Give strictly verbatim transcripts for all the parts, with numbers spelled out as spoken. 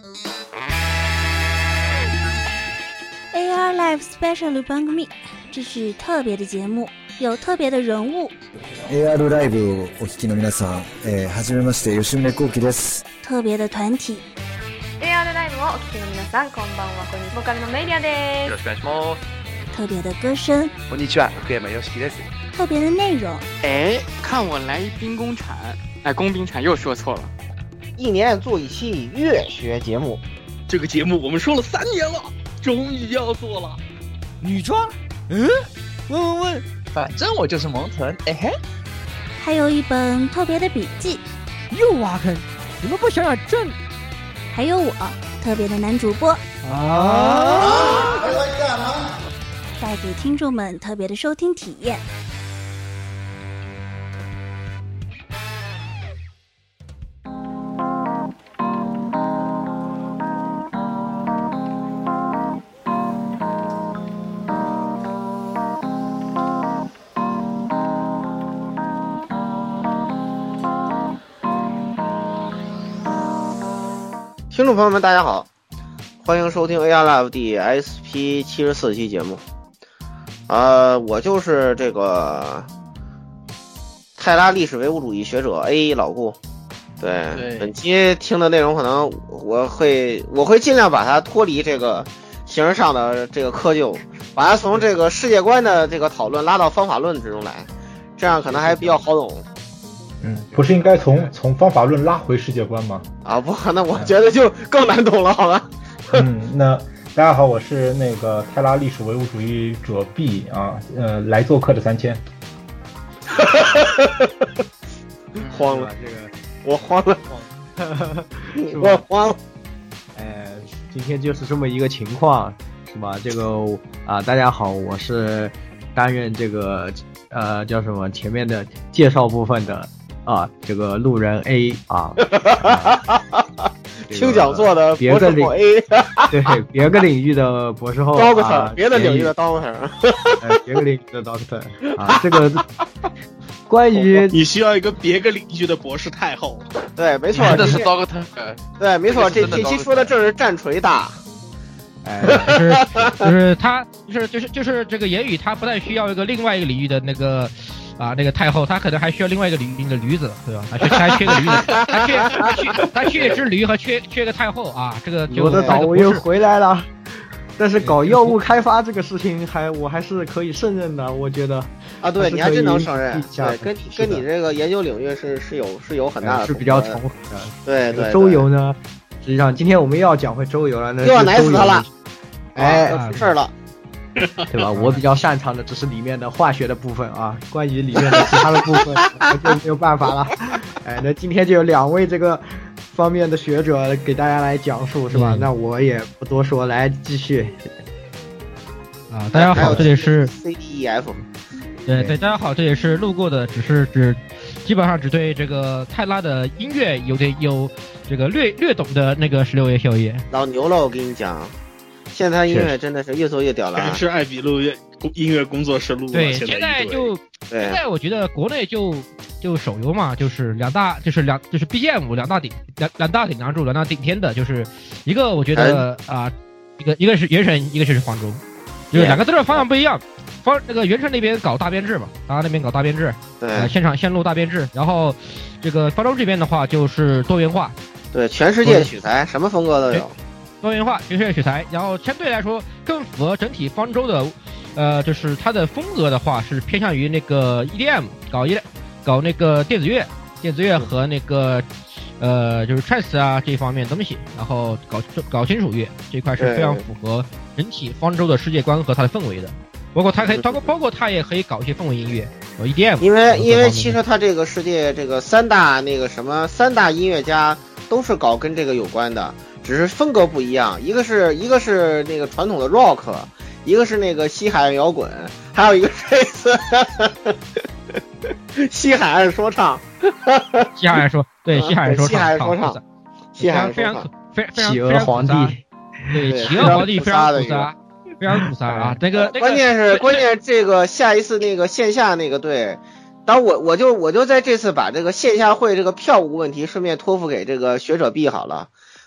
A R Live Special 番組，这是特别的节目，有特别的人物。 エーアール ライブをお聞きの皆さん、えー、はじめまして吉宗幸喜です。 特别的团体。 エーアール ライブをお聞きの皆さん、こんばんは。こんにちは。ボーカルのメイリアです。 よろしくお願いします。 特别的歌声。 こんにちは、福山よしきです。 特别的内容。 哎，看我来一兵工铲，哎，工兵铲又说错了。 一年做一期乐学节目， 这个节目我们说了三年了，终于要做了。 女装？嗯？问问问， 反正我就是萌豚，哎嘿。 还有一本特别的笔记。 又挖坑，你们不想想正？ 还有我，特别的男主播啊！ 带给听众们特别的收听体验。 听众朋友们，大家好，欢迎收听 A R Live 第 S P 七十四期节目。呃，我就是这个泰拉历史唯物主义学者 A 老顾。对，对本期听的内容可能我会我会尽量把它脱离这个形式上的这个窠臼，把它从这个世界观的这个讨论拉到方法论之中来，这样可能还比较好懂。 嗯，不是应该从从方法论拉回世界观吗？ 啊，不，那我觉得就更难懂了，好吧？ 嗯，那大家好，我是那个泰拉历史唯物主义者 B 啊，呃，来做客的三千。 慌了， 这个我慌了，我慌了。 哎，今天就是这么一个情况，是吧？这个啊，大家好，我是担任这个呃叫什么前面的介绍部分的。啊，这个路人 A 啊， 听讲座的别个领 A， 对，别个领域的博士后 ，Doctor， 啊， 别的领域的 Doctor， 呃，别个领域的 Doctor 啊，这个关于你需要一个别个领域的博士太后， 对，没错， 真的是 Doctor， 对，没错，这这期说的正是战锤大。 哎，就是就是他就是就是就是这个言语，他不但需要一个另外一个领域的那个啊那个太后，他可能还需要另外一个领域的驴子，对吧？还缺还缺个驴子，还缺还缺还缺一只驴和缺缺个太后啊！这个就我的岛我又回来了，但是搞药物开发这个事情还我还是可以胜任的，我觉得啊，对，你还真能胜任，对，跟跟你这个研究领域是是有是有很大的是比较重合的， 对对。 周游呢？实际上，今天我们又要讲回周游了，那又要奶死他了， 哎， 出事了， 对吧？我比较擅长的只是里面的化学的部分啊，关于里面的其他的部分我就没有办法了。哎，那今天就有两位这个方面的学者给大家来讲述，是吧？嗯、那我也不多说，来继续。 啊，大家好，这里是 C D E F。 对对，大家好，这也是路过的，只是只基本上只对这个泰拉的音乐有点有这个略略懂的那个十六位校业。 老牛了，我跟你讲，现在音乐真的是越做越屌了、啊。 是艾比路音乐工作室录的。 对， 现在, 现在就现在我觉得国内就就手游嘛，就是两大就是两就是 B G M 两大顶两两大顶梁柱两大顶天的，就是一个我觉得啊、呃，一个一个是原神，一个是方舟，就是两个都是方向不一样。方那个原神那边搞大编制嘛，大家那边搞大编制， 对， 呃，现场线路大编制，然后这个方舟这边的话就是多元化， 对，全世界取材，什么风格都有， 多元化，全世界取材，然后相对来说更符合整体方舟的，呃，就是它的风格的话是偏向于那个 E D M， 搞一搞那个电子乐，电子乐和那个呃就是 trance 啊这一方面东西，然后搞搞金属乐这一块是非常符合整体方舟的世界观和它的氛围的。包括它可以，包括包括它也可以搞一些氛围音乐，有 E D M。 因为因为其实它这个世界这个三大那个什么三大音乐家都是搞跟这个有关的，只是风格不一样。一个是一个是那个传统的 rock， 一个是那个西海岸摇滚，还有一个是西海岸说唱。 西海岸说对西海岸说唱， 西海岸说唱，西海岸非常非常非常企鹅皇帝， 对企鹅皇帝非常复杂。非常复杂啊！那个， 关键是关键这个下一次那个线下那个队，当我我就我就在这次把这个线下会这个票务问题顺便托付给这个学者 B 好了。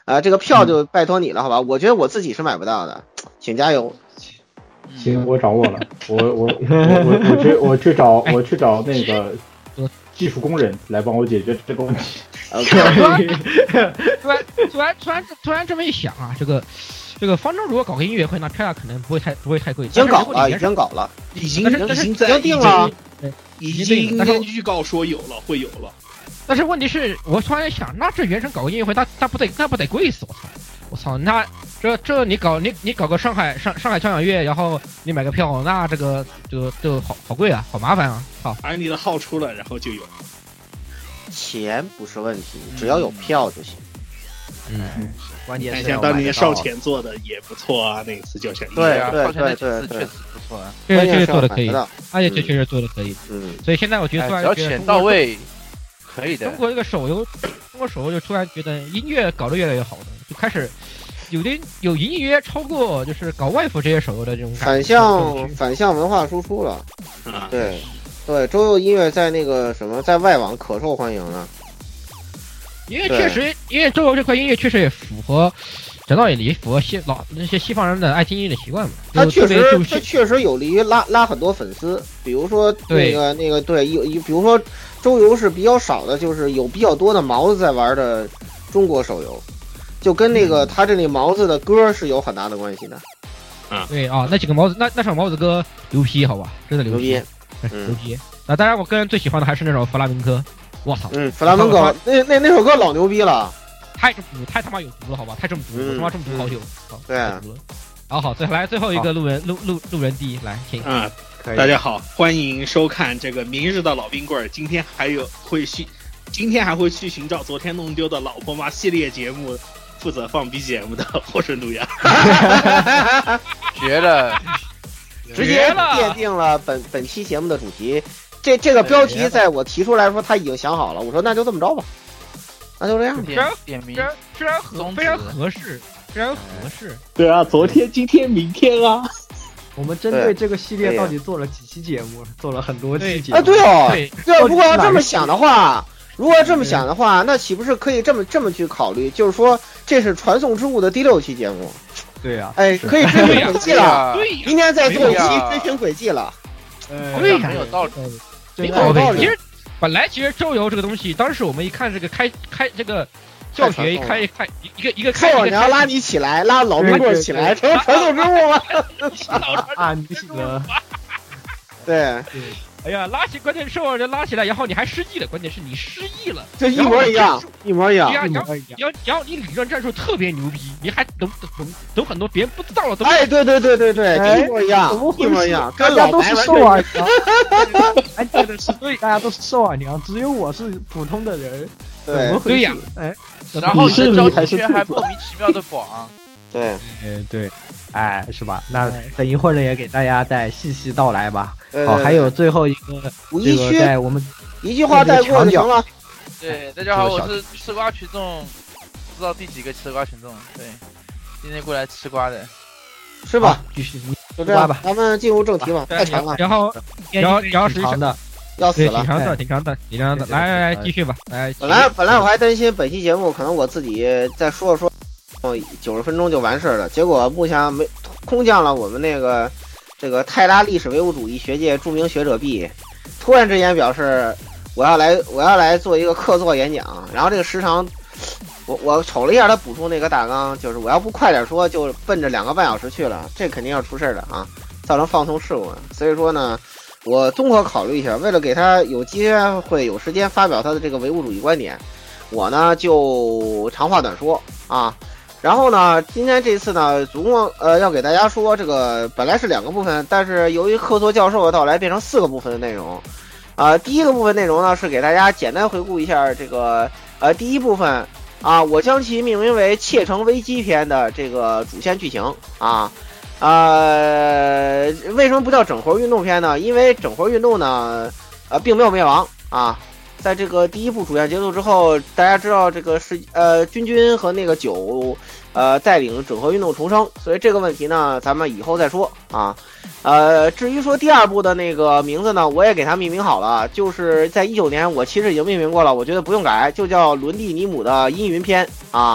啊、呃，这个票就拜托你了，好吧？我觉得我自己是买不到的，请加油。 行，我掌握了，我我我我我去我去找我去找那个技术工人来帮我解决这个问题。 突然突然突然突然突然这么一想啊，这个这个方舟如果搞个音乐会，那票价可能不会太不会太贵。 已经搞了，已经搞了， 已经已经在定了， 已经跟预告说有了，会有了。 但是问题是我突然想，那这原神搞个音乐会，那那不得那不得贵死我操！我操，那这这你搞你你搞个上海上上海交响乐，然后你买个票，那这个这个这个好好贵啊，好麻烦啊！好， 而你的号出了，然后就有。 钱不是问题，只要有票就行。 嗯，关键是像当年少前做的也不错啊，那次交响乐。 对对对对对， 确实不错啊， 这个这个做的可以，而且这确实做的可以。 嗯， 所以现在我觉得突然只要钱到位。可以的。 中国这个手游，中国手游就突然觉得音乐搞得越来越好了，就开始有点有隐隐约约超过就是搞外服这些手游的这种感觉。 反向反向文化输出了， 啊， 对对，周游音乐在那个什么在外网可受欢迎了。 因为确实，因为周游这块音乐确实也符合，讲道理也符合西老那些西方人的爱听音乐的习惯嘛。 它确实，它确实有利于拉拉很多粉丝，比如说那个那个对，有比如说。周游是比较少的，就是有比较多的毛子在玩的中国手游，就跟那个他这里毛子的歌是有很大的关系的。 啊， 对啊，那几个毛子，那那首毛子歌牛批，好吧，真的牛批， 牛批。那当然，我个人最喜欢的还是那首弗拉门科。我操， 嗯，弗拉门科那那那首歌老牛逼了， 太中毒，太他妈有毒了，好吧，太中毒了，我他妈中毒好久。 对啊。 好好，再来最后一个路人路路路人第一来，请啊。大家好，欢迎收看这个明日的老冰棍儿。今天还有会去，今天还会去寻找昨天弄丢的老婆妈系列节目，负责放 B G M 的火神路亚， 绝了， 直接奠定了本本期节目的主题。这这个标题在我提出来说，他已经想好了。我说那就这么着吧，那就这样。 非常点名，非常合，非常合适，非常合适。 对啊，昨天、今天、明天啊。 我们针对这个系列到底做了几期节目？做了很多期节目。 啊，对哦，对，如果要这么想的话，如果要这么想的话，那岂不是可以这么这么去考虑？就是说，这是传送之物的第六期节目。 对呀， 哎，可以追寻轨迹了。明天再做一期追寻轨迹了。 对呀， 很有道理。 很有道理。其实本来其实周游这个东西，当时我们一看这个开开这个。教学一开一开一个一个开， 我娘拉你起来，拉老冰棍起来，成传送之物吗？ 啊，你行了。 对， 哎呀，拉起关键是我就拉起来，然后你还失忆了，关键是你失忆了， 就一模一样，一模一样， 一模一样。然后你理论战术特别牛逼，你还懂懂懂很多别人不知道的东西。 哎，对对对对对，一模一样，一模一样， 大家都是兽耳娘，哎，对的是对，大家都是兽耳娘，只有我是普通的人。 对， 对呀， 哎， 然后你的交际圈还莫名其妙的广， 对， 哎对，哎是吧？那等一会儿呢，也给大家再细细道来吧。好，还有最后一个这个在我们一句话带过就行了。 对，大家好，我是吃瓜群众，不知道第几个吃瓜群众，对，今天过来吃瓜的， 是吧？ 继续， 就这样吧，咱们进入正题吧，太长了。 然后，然后，然后是长的。 要死了， 挺长的，挺长的，挺长的。来来来，继续吧。来， 本来本来我还担心本期节目可能我自己再说说，九十分钟就完事儿了。结果目前没空降了我们那个这个泰拉历史唯物主义学界著名学者 B， 突然之间表示我要来我要来做一个客座演讲，然后这个时长，我我瞅了一下他补充那个大纲，就是我要不快点说，就奔着两个半小时去了，这肯定要出事儿的啊，造成放送事故。所以说呢。我综合考虑一下，为了给他有机会有时间发表他的这个唯物主义观点，我呢就长话短说啊。然后呢，今天这次呢，总共呃要给大家说这个本来是两个部分，但是由于客座教授的到来，变成四个部分的内容。啊、呃，第一个部分内容呢是给大家简单回顾一下这个呃第一部分啊，我将其命名为《窃城危机篇》的这个主线剧情啊。呃，为什么不叫整活运动篇呢？因为整活运动呢，呃，并没有灭亡啊。在这个第一部主线结束之后，大家知道这个是呃君君和那个九呃带领整合运动重生，所以这个问题呢，咱们以后再说啊。呃，至于说第二部的那个名字呢，我也给它命名好了，就是在一九年我其实已经命名过了，我觉得不用改，就叫伦蒂尼姆的阴云篇啊。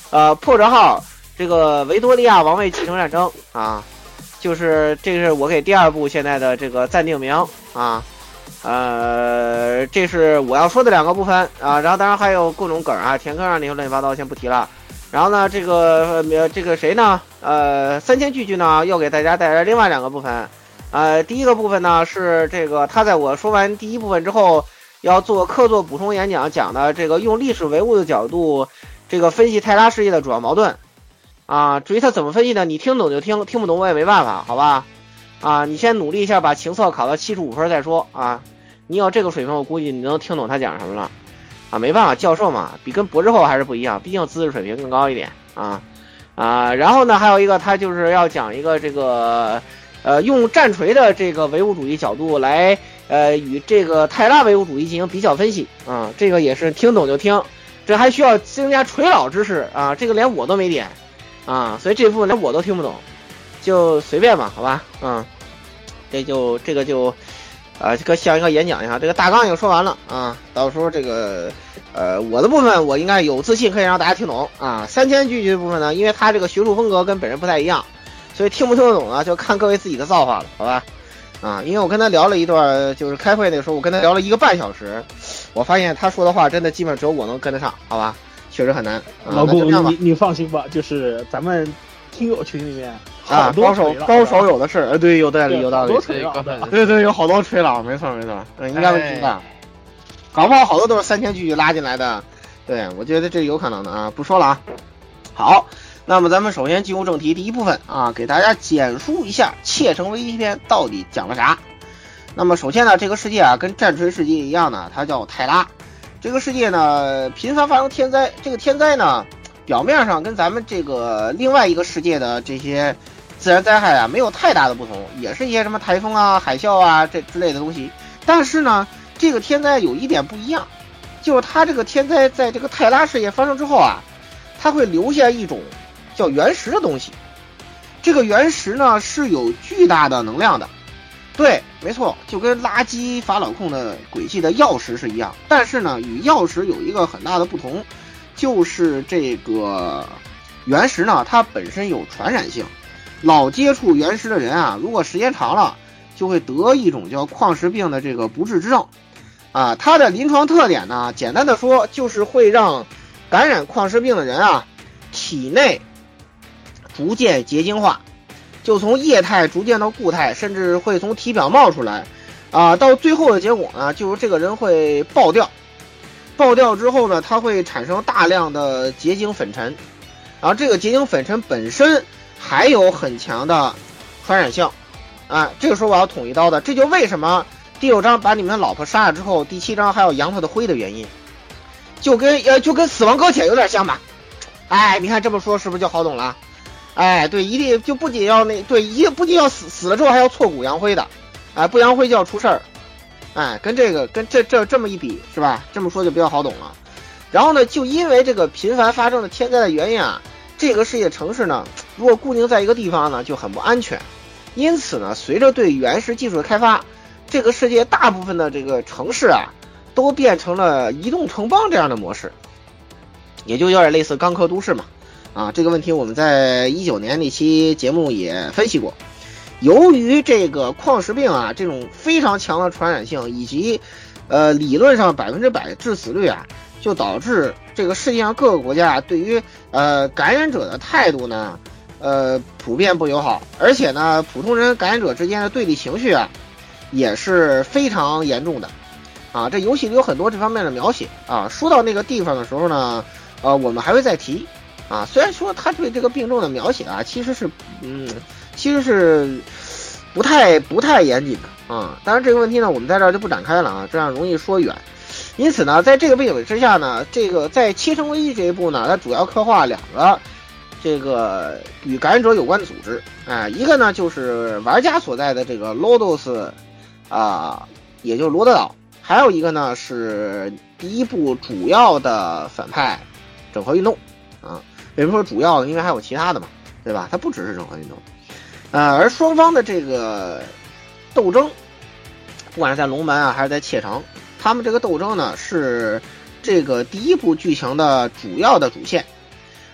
呃，破折号这个维多利亚王位继承战争啊，就是这是我给第二部现在的这个暂定名啊。呃，这是我要说的两个部分啊，然后当然还有各种梗啊、填坑啊那些乱七八糟，先不提了。然后呢，这个呃这个谁呢？呃，三千句句呢又给大家带来另外两个部分。呃，第一个部分呢是这个他在我说完第一部分之后，要做客座补充演讲，讲的这个用历史唯物的角度，这个分析泰拉世界的主要矛盾啊。至于他怎么分析呢？你听懂就听，听不懂我也没办法，好吧？啊，你先努力一下，把情测考到七十五分再说啊。你有这个水平，我估计你能听懂他讲什么了啊。没办法，教授嘛，比跟博士后还是不一样，毕竟知识水平更高一点啊啊。然后呢，还有一个他就是要讲一个这个呃用战锤的这个唯物主义角度来呃与这个泰拉唯物主义进行比较分析啊。这个也是听懂就听，这还需要增加锤老知识啊，这个连我都没点啊，所以这部分连我都听不懂。就随便吧，好吧，嗯，这就这个就，啊，这个像一个演讲一样，这个大纲已经说完了啊，到时候这个，呃，我的部分我应该有自信可以让大家听懂啊。三千句句的部分呢，因为他这个学术风格跟本人不太一样，所以听不听得懂呢，就看各位自己的造化了，好吧？啊，因为我跟他聊了一段，就是开会那个时候，我跟他聊了一个半小时，我发现他说的话真的基本只有我能跟得上，好吧？确实很难。啊、 老顾，你你放心吧，就是咱们听友群里面。 啊，高手高手有的是，呃，对，有道理，有道理，对对，有好多吹了，没错没错，嗯，应该会知道，搞不好好多都是三千句拉进来的，对，我觉得这有可能的啊，不说了啊。好，那么咱们首先进入正题，第一部分啊，给大家简述一下《窃城危机篇》到底讲了啥。那么首先呢，这个世界啊，跟战锤世界一样呢，它叫泰拉。这个世界呢，频繁发生天灾，这个天灾呢，表面上跟咱们这个另外一个世界的这些自然灾害啊没有太大的不同，也是一些什么台风啊、海啸啊这之类的东西。但是呢，这个天灾有一点不一样，就是它这个天灾在这个泰拉世界发生之后啊，它会留下一种叫原石的东西。这个原石呢是有巨大的能量的，对，没错，就跟垃圾法老控的轨迹的曜石是一样。但是呢，与曜石有一个很大的不同，就是这个原石呢，它本身有传染性。老接触原石的人啊，如果时间长了，就会得一种叫矿石病的这个不治之症啊。它的临床特点呢，简单的说，就是会让感染矿石病的人啊，体内逐渐结晶化，就从液态逐渐到固态，甚至会从体表冒出来啊。到最后的结果呢，就是这个人会爆掉，爆掉之后呢，它会产生大量的结晶粉尘，然后这个结晶粉尘本身还有很强的传染性啊。这个时候我要捅一刀的，这就为什么第六章把你们的老婆杀了之后，第七章还要扬她的灰的原因，就跟呃就跟死亡搁浅有点像吧。哎，你看这么说是不是就好懂了？哎，对，一定就不仅要那对一不仅要死死了之后还要挫骨扬灰的，哎，不扬灰就要出事儿。哎，跟这个跟这这这么一比是吧？这么说就比较好懂了。然后呢，就因为这个频繁发生的天灾的原因啊，这个世界城市呢，如果固定在一个地方呢，就很不安全。因此呢，随着对原石技术的开发，这个世界大部分的这个城市啊，都变成了移动城邦这样的模式，也就有点类似钢壳都市嘛。啊，这个问题我们在一九年那期节目也分析过。由于这个矿石病啊，这种非常强的传染性，以及呃理论上百分之百致死率啊，就导致这个世界上各个国家对于呃感染者的态度呢，呃普遍不友好，而且呢，普通人感染者之间的对立情绪啊，也是非常严重的。啊，这游戏里有很多这方面的描写啊。说到那个地方的时候呢，呃，我们还会再提。啊，虽然说他对这个病症的描写啊，其实是，嗯，其实是不太不太严谨的啊。当然这个问题呢，我们在这儿就不展开了啊，这样容易说远。因此呢，在这个背景之下呢，这个在切城危机这一步呢，它主要刻画两个这个与感染者有关的组织，啊，一个呢就是玩家所在的这个 Lodos 啊，也就是罗德岛，还有一个呢是第一部主要的反派整合运动啊。为什么说主要的？因为还有其他的嘛，对吧？它不只是整合运动，呃，而双方的这个斗争，不管是在龙门啊，还是在切城，他们这个斗争呢是这个第一部剧情的主要的主线。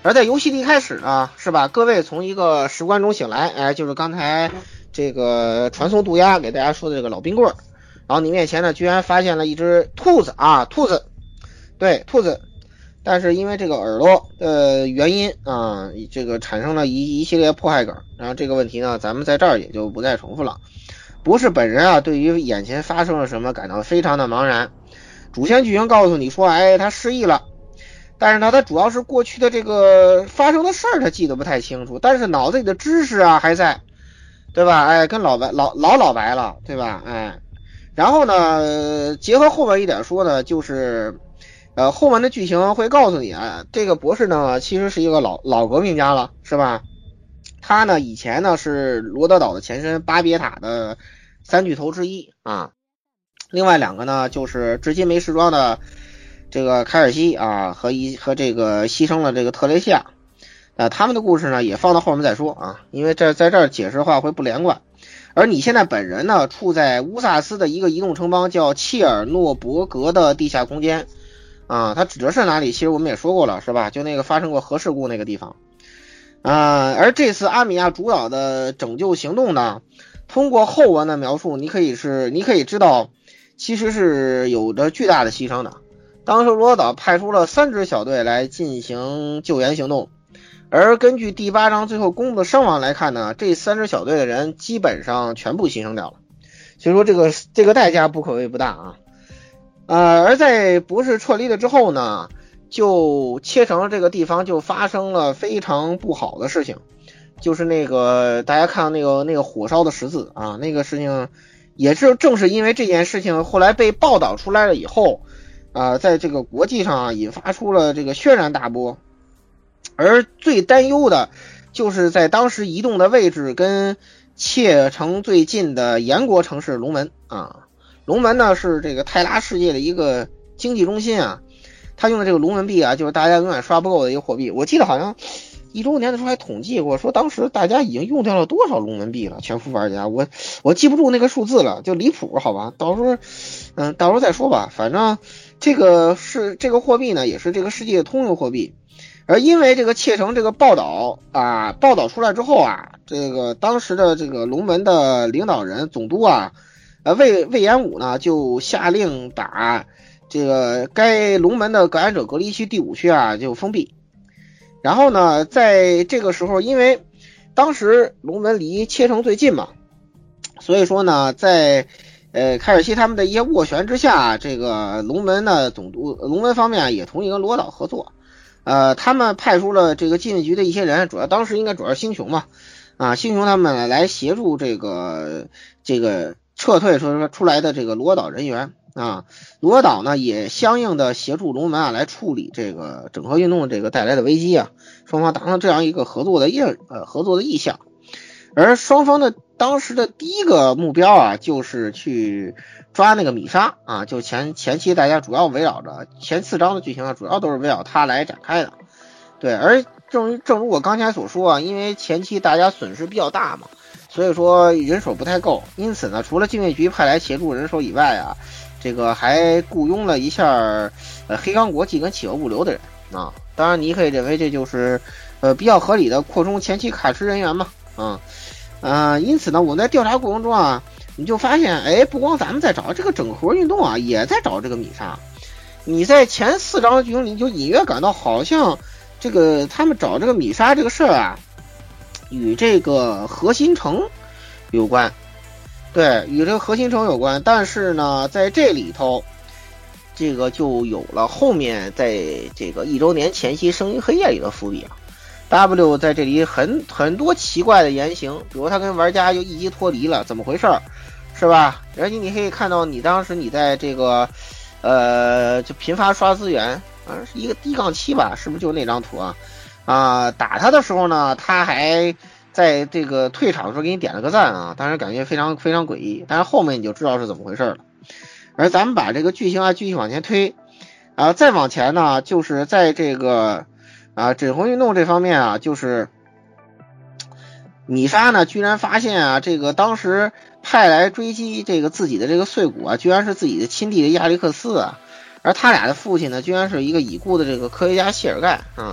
而在游戏的一开始呢，是吧？各位从一个时光中醒来，哎，就是刚才这个传送渡鸦给大家说的这个老冰棍儿，然后你面前呢居然发现了一只兔子啊，兔子，对，兔子，但是因为这个耳朵的原因啊，这个产生了一一系列迫害梗，然后这个问题呢，咱们在这儿也就不再重复了。博士本人啊，对于眼前发生了什么感到非常的茫然。主线剧情告诉你说，哎，他失忆了。但是呢，他主要是过去的这个发生的事儿，他记得不太清楚，但是脑子里的知识啊还在，对吧？哎，跟老白老老老白了，对吧？哎，然后呢，结合后面一点说呢，就是呃后面的剧情会告诉你啊，这个博士呢其实是一个老老革命家了，是吧？他呢以前呢是罗德岛的前身巴别塔的三巨头之一啊，另外两个呢就是至今没时装的。这个凯尔西啊和一和这个牺牲了这个特雷西亚，那他们的故事呢也放到后面再说啊，因为这在这儿解释的话会不连贯。而你现在本人呢处在乌萨斯的一个移动城邦叫切尔诺伯格的地下空间啊，它指的是哪里？其实我们也说过了，是吧？就那个发生过核事故那个地方啊。而这次阿米亚主导的拯救行动呢，通过后文的描述，你可以是你可以知道，其实是有着巨大的牺牲的。当时罗德岛派出了三支小队来进行救援行动，而根据第八章最后公布的伤亡来看呢，这三支小队的人基本上全部牺牲掉了，所以说这个这个代价不可谓不大啊。呃，而在博士撤离了之后呢，就切成了这个地方就发生了非常不好的事情，就是那个大家看到那个那个火烧的十字啊，那个事情也是正是因为这件事情后来被报道出来了以后。啊、呃，在这个国际上啊，引发出了这个轩然大波，而最担忧的，就是在当时移动的位置跟切城最近的岩国城市龙门啊。龙门呢是这个泰拉世界的一个经济中心啊，他用的这个龙门币啊，就是大家永远刷不够的一个货币。我记得好像一周年的时候还统计过，说当时大家已经用掉了多少龙门币了，全服玩家，我我记不住那个数字了，就离谱，好吧？到时候，嗯，到时候再说吧，反正。这个是这个货币呢，也是这个世界通用货币，而因为这个切城这个报道啊，报道出来之后啊，这个当时的这个龙门的领导人总督啊，呃魏魏延武呢就下令把这个该龙门的感染者隔离区第五区啊就封闭。然后呢，在这个时候，因为当时龙门离切城最近嘛，所以说呢，在呃，凯尔西他们的一些斡旋之下，这个龙门呢总督龙门方面也同意跟罗岛合作，呃，他们派出了这个禁卫局的一些人，主要当时应该主要是星雄嘛，啊，星雄他们来协助这个这个撤退出出来的这个罗岛人员啊，罗岛呢也相应的协助龙门啊来处理这个整合运动这个带来的危机啊，双方达成这样一个合作的意呃合作的意向。而双方的当时的第一个目标啊，就是去抓那个米莎啊，就前前期大家主要围绕着前四章的剧情啊，主要都是围绕他来展开的。对，而正正如我刚才所说啊，因为前期大家损失比较大嘛，所以说人手不太够，因此呢，除了禁卫局派来协助人手以外啊，这个还雇佣了一下呃黑钢国际跟企鹅物流的人啊。当然，你可以认为这就是呃比较合理的扩充前期卡池人员嘛。啊，呃，因此呢，我们在调查过程中啊，你就发现，哎，不光咱们在找这个整合运动啊，也在找这个米莎。你在前四章的剧情里就隐约感到，好像这个他们找这个米莎这个事儿啊，与这个核心城有关，对，与这个核心城有关。但是呢，在这里头，这个就有了后面在这个一周年前夕声音黑夜里的伏笔啊。W 在这里很很多奇怪的言行，比如他跟玩家就一击脱离了，怎么回事是吧？而且你可以看到，你当时你在这个呃就频繁刷资源啊，是一个 D 杠七吧，是不是就那张图啊？啊，打他的时候呢，他还在这个退场的时候给你点了个赞啊，当然感觉非常非常诡异，但是后面你就知道是怎么回事了。而咱们把这个剧情啊继续往前推啊，再往前呢，就是在这个。啊，整合运动这方面啊，就是米莎呢，居然发现啊，这个当时派来追击这个自己的这个碎骨啊，居然是自己的亲弟弟亚历克斯啊，而他俩的父亲呢，居然是一个已故的这个科学家谢尔盖啊。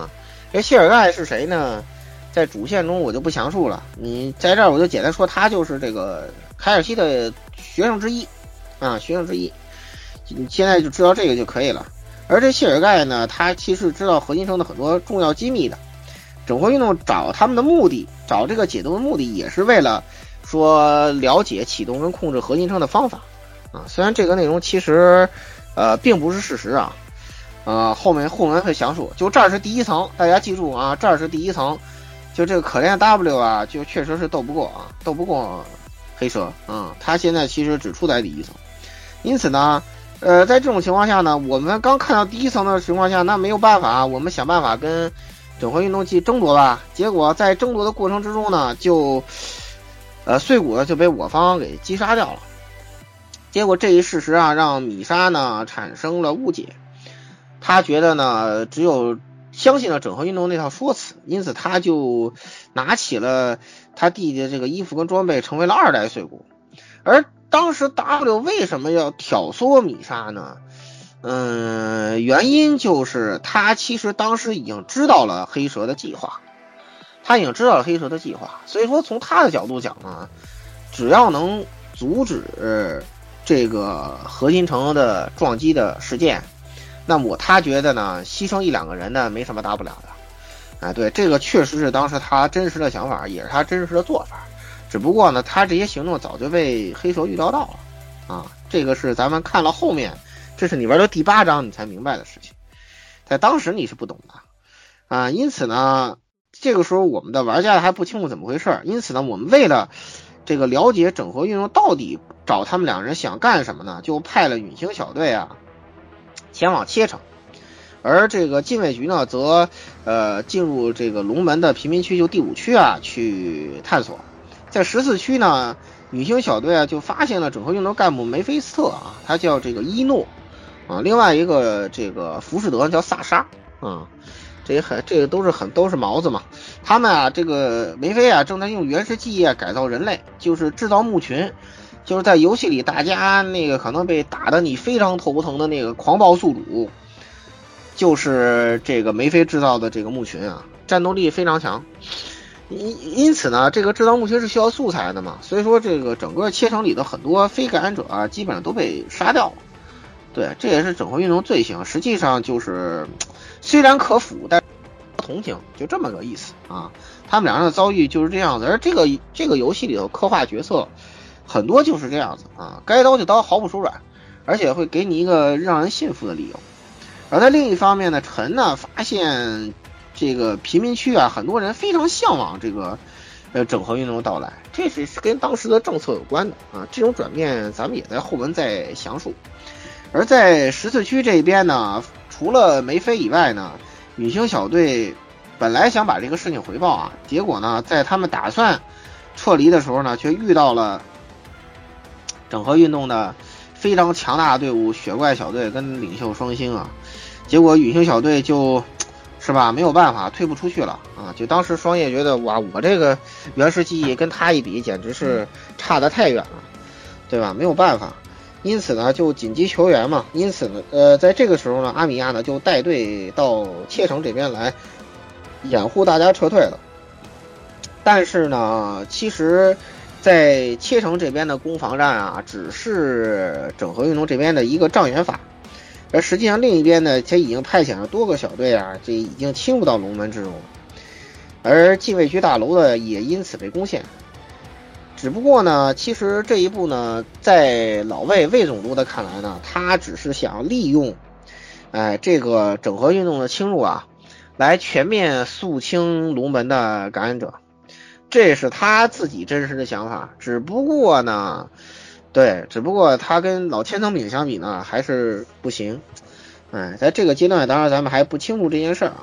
这谢尔盖是谁呢？在主线中我就不详述了，你在这儿我就简单说，他就是这个凯尔西的学生之一啊，学生之一。你现在就知道这个就可以了。而这谢尔盖呢，他其实知道核心城的很多重要机密的。整合运动找他们的目的，找这个解读的目的，也是为了说了解启动跟控制核心城的方法啊。虽然这个内容其实呃并不是事实啊。呃，后面后面会详述。就这儿是第一层，大家记住啊，这儿是第一层。就这个可怜的 W 啊，就确实是斗不过啊，斗不过黑蛇啊、嗯。他现在其实只处在第一层，因此呢，呃，在这种情况下呢，我们刚看到第一层的情况下，那没有办法，我们想办法跟整合运动器争夺吧。结果在争夺的过程之中呢，就呃碎骨就被我方给击杀掉了。结果这一事实啊，让米莎呢产生了误解。他觉得呢，只有相信了整合运动那套说辞，因此他就拿起了他弟弟的这个衣服跟装备，成为了二代碎骨。而当时 W 为什么要挑唆米莎呢？嗯，原因就是他其实当时已经知道了黑蛇的计划，他已经知道了黑蛇的计划，所以说从他的角度讲呢，只要能阻止这个核心城的撞击的事件。那么他觉得呢，牺牲一两个人呢，没什么大不了的，啊，对，这个确实是当时他真实的想法，也是他真实的做法。只不过呢，他这些行动早就被黑蛇预料到了，啊，这个是咱们看了后面，这是你玩到第八章你才明白的事情，在当时你是不懂的，啊，因此呢，这个时候我们的玩家还不清楚怎么回事，因此呢，我们为了这个了解整合运动到底找他们两人想干什么呢，就派了陨星小队啊。前往切城，而这个禁卫局呢，则呃进入这个龙门的贫民区，就第五区啊去探索。在十四区呢，女星小队啊就发现了整合运动干部梅菲斯特啊，他叫这个伊诺啊，另外一个这个浮士德叫萨莎啊，这也很这个都是很都是毛子嘛。他们啊，这个梅菲啊正在用原始记忆啊改造人类，就是制造牧群。就是在游戏里，大家那个可能被打得你非常头不疼的那个狂暴宿主，就是这个梅菲制造的这个牧群啊，战斗力非常强。因因此呢，这个制造牧群是需要素材的嘛，所以说这个整个切城里的很多非感染者啊，基本上都被杀掉了。对，这也是整合运动罪行。实际上就是虽然可腐，但同情，就这么个意思啊。他们两人的遭遇就是这样子，而这个这个游戏里头刻画角色。很多就是这样子啊，该刀就刀，毫不手软，而且会给你一个让人信服的理由。而在另一方面呢，陈呢发现这个贫民区啊，很多人非常向往这个呃整合运动的到来，这是跟当时的政策有关的啊。这种转变咱们也在后文再详述。而在十四区这边呢，除了梅菲以外呢，女星小队本来想把这个事情回报啊，结果呢，在他们打算撤离的时候呢，却遇到了整合运动的非常强大的队伍雪怪小队跟领袖双星啊，结果陨星小队就是吧没有办法退不出去了啊！就当时双叶觉得哇，我这个原始记忆跟他一比，简直是差得太远了，对吧？没有办法，因此呢就紧急求援嘛。因此呢，呃，在这个时候呢，阿米亚呢就带队到切城这边来掩护大家撤退了。但是呢，其实。在切城这边的攻防战啊，只是整合运动这边的一个障眼法，而实际上另一边呢，其实已经派遣了多个小队啊，这已经侵入到龙门之中，而禁卫局大楼呢也因此被攻陷。只不过呢，其实这一步呢，在老魏魏总督的看来呢，他只是想利用，哎，这个整合运动的侵入啊，来全面肃清龙门的感染者。这是他自己真实的想法，只不过呢，对，只不过他跟老千层饼相比呢，还是不行。哎，在这个阶段，当然咱们还不清楚这件事啊。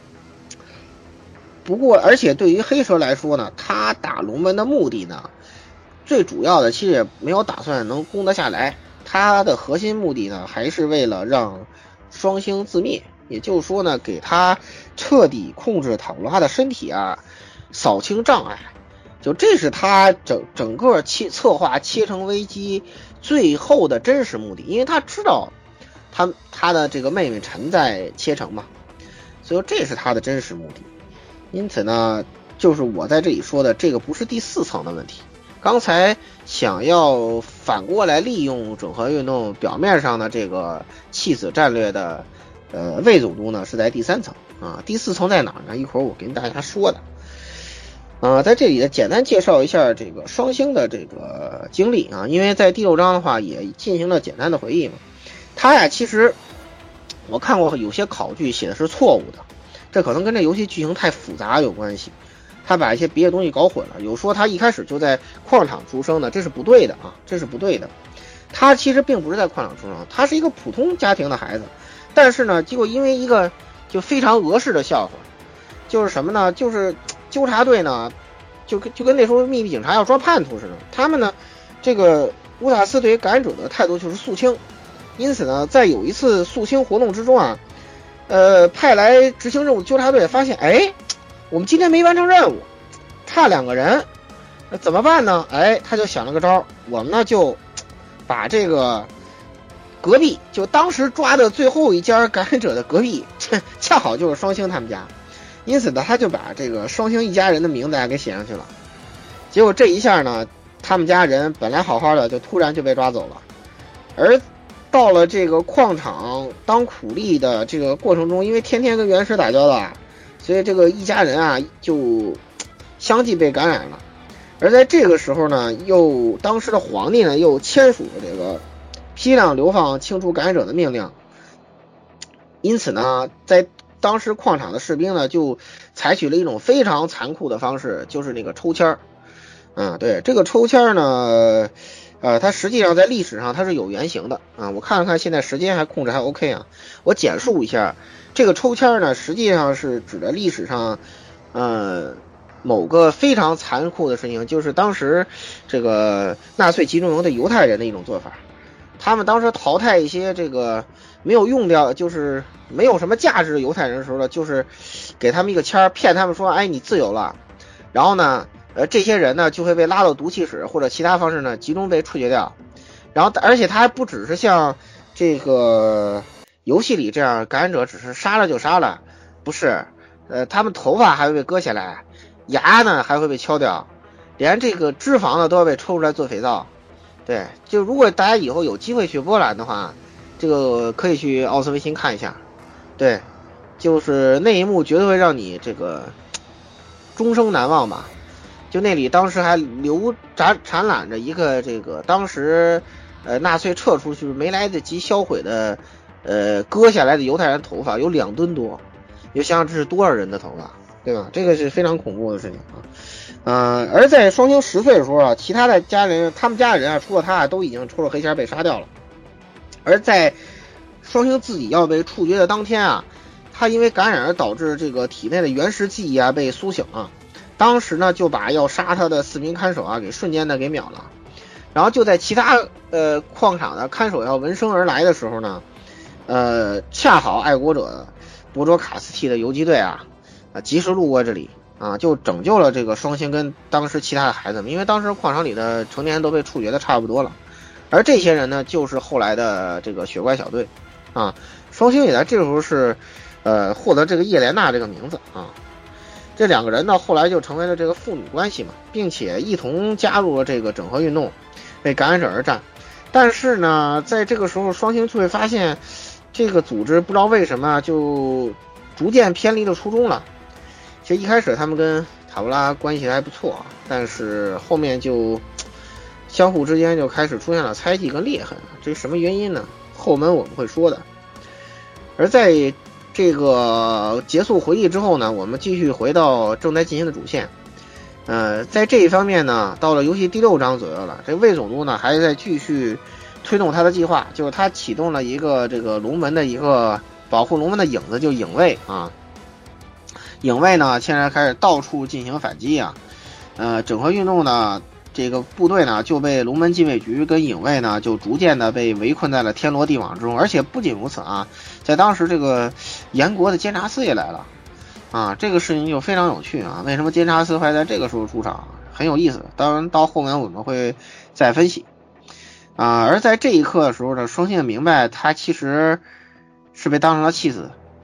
不过，而且对于黑蛇来说呢，他打龙门的目的呢，最主要的其实也没有打算能攻得下来，他的核心目的呢，还是为了让双星自灭，也就是说呢，给他彻底控制塔罗拉的身体啊。扫清障碍，就这是他整整个切策划切城危机最后的真实目的，因为他知道他他的这个妹妹陈在切城嘛， 所以说这是他的真实目的。因此呢，就是我在这里说的，这个不是第四层的问题。刚才想要反过来利用整合运动表面上的这个弃子战略的呃魏总督呢，是在第三层啊。第四层在哪儿呢？一会儿我跟大家说的。呃，在这里呢，简单介绍一下这个双星的这个经历啊，因为在第六章的话也进行了简单的回忆嘛。他呀，其实我看过有些考据写的是错误的，这可能跟这游戏剧情太复杂有关系。他把一些别的东西搞混了，有说他一开始就在矿场出生的，这是不对的啊，这是不对的。他其实并不是在矿场出生，他是一个普通家庭的孩子，但是呢，结果因为一个就非常俄式的笑话，就是什么呢？就是纠察队呢，就跟就跟那时候秘密警察要抓叛徒似的，他们呢，这个乌塔斯对于感染者的态度就是肃清，因此呢，在有一次肃清活动之中啊，呃，派来执行任务的纠察队发现，哎。我们今天没完成任务，差两个人，那怎么办呢？哎，他就想了个招，我们呢就把这个隔壁，就当时抓的最后一家感染者的隔壁，恰好就是双星他们家，因此呢，他就把这个双星一家人的名字啊给写上去了。结果这一下呢，他们家人本来好好的，就突然就被抓走了，而到了这个矿场当苦力的这个过程中，因为天天跟原始打交道啊。所以这个一家人啊，就相继被感染了。而在这个时候呢，又当时的皇帝呢，又签署了这个批量流放清除感染者的命令。因此呢，在当时矿场的士兵呢，就采取了一种非常残酷的方式，就是那个抽签儿。嗯，对，这个抽签儿呢，呃，它实际上在历史上它是有原型的啊。我看了看，现在时间还控制还 OK 啊，我简述一下。这个抽签呢，实际上是指的历史上，呃，某个非常残酷的事情，就是当时这个纳粹集中营的犹太人的一种做法。他们当时淘汰一些这个没有用掉，就是没有什么价值的犹太人的时候呢，就是给他们一个签儿，骗他们说，哎，你自由了。然后呢，呃，这些人呢就会被拉到毒气室或者其他方式呢集中被处决掉。然后，而且他还不只是像这个。游戏里这样感染者只是杀了就杀了，不是，呃，他们头发还会被割下来，牙呢还会被敲掉，连这个脂肪呢都要被抽出来做肥皂。对，就如果大家以后有机会去波兰的话，这个可以去奥斯维辛看一下。对，就是那一幕绝对会让你这个终生难忘吧。就那里当时还流展展览着一个这个当时呃纳粹撤出去没来得及销毁的。呃，割下来的犹太人头发有两吨多，你就想想这是多少人的头发，对吧？这个是非常恐怖的事情啊。呃，而在双星十岁的时候啊，其他的家人，他们家的人啊，除了他啊，都已经抽了黑签被杀掉了。而在双星自己要被处决的当天啊，他因为感染而导致这个体内的原始记忆啊被苏醒了，当时呢就把要杀他的四名看守啊给瞬间的给秒了。然后就在其他呃矿场的看守要闻声而来的时候呢。呃，恰好爱国者博卓卡斯蒂的游击队啊，啊，及时路过这里啊，就拯救了这个双星跟当时其他的孩子们，因为当时矿场里的成年人都被处决的差不多了，而这些人呢，就是后来的这个雪怪小队啊，双星也在这个时候是呃获得这个叶莲娜这个名字啊，这两个人呢后来就成为了这个父女关系嘛，并且一同加入了这个整合运动，为感染者而战。但是呢，在这个时候，双星就会发现。这个组织不知道为什么就逐渐偏离了初衷了。其实一开始他们跟塔布拉关系还不错，但是后面就相互之间就开始出现了猜忌跟裂痕。这是什么原因呢？后门我们会说的。而在这个结束回忆之后呢，我们继续回到正在进行的主线。呃，在这一方面呢，到了游戏第六章左右了，这魏总督呢还在继续推动他的计划，就是他启动了一个这个龙门的一个保护龙门的影子，就影卫啊。影卫呢现在开始到处进行反击啊。呃，整合运动呢，这个部队呢就被龙门禁卫局跟影卫呢就逐渐的被围困在了天罗地网之中，而且不仅如此啊，在当时这个严国的监察司也来了啊，这个事情就非常有趣啊。为什么监察司会在这个时候出场？很有意思，当然到后面我们会再分析。啊，而在这一刻的时候呢，双星明白他其实是被当成了弃子，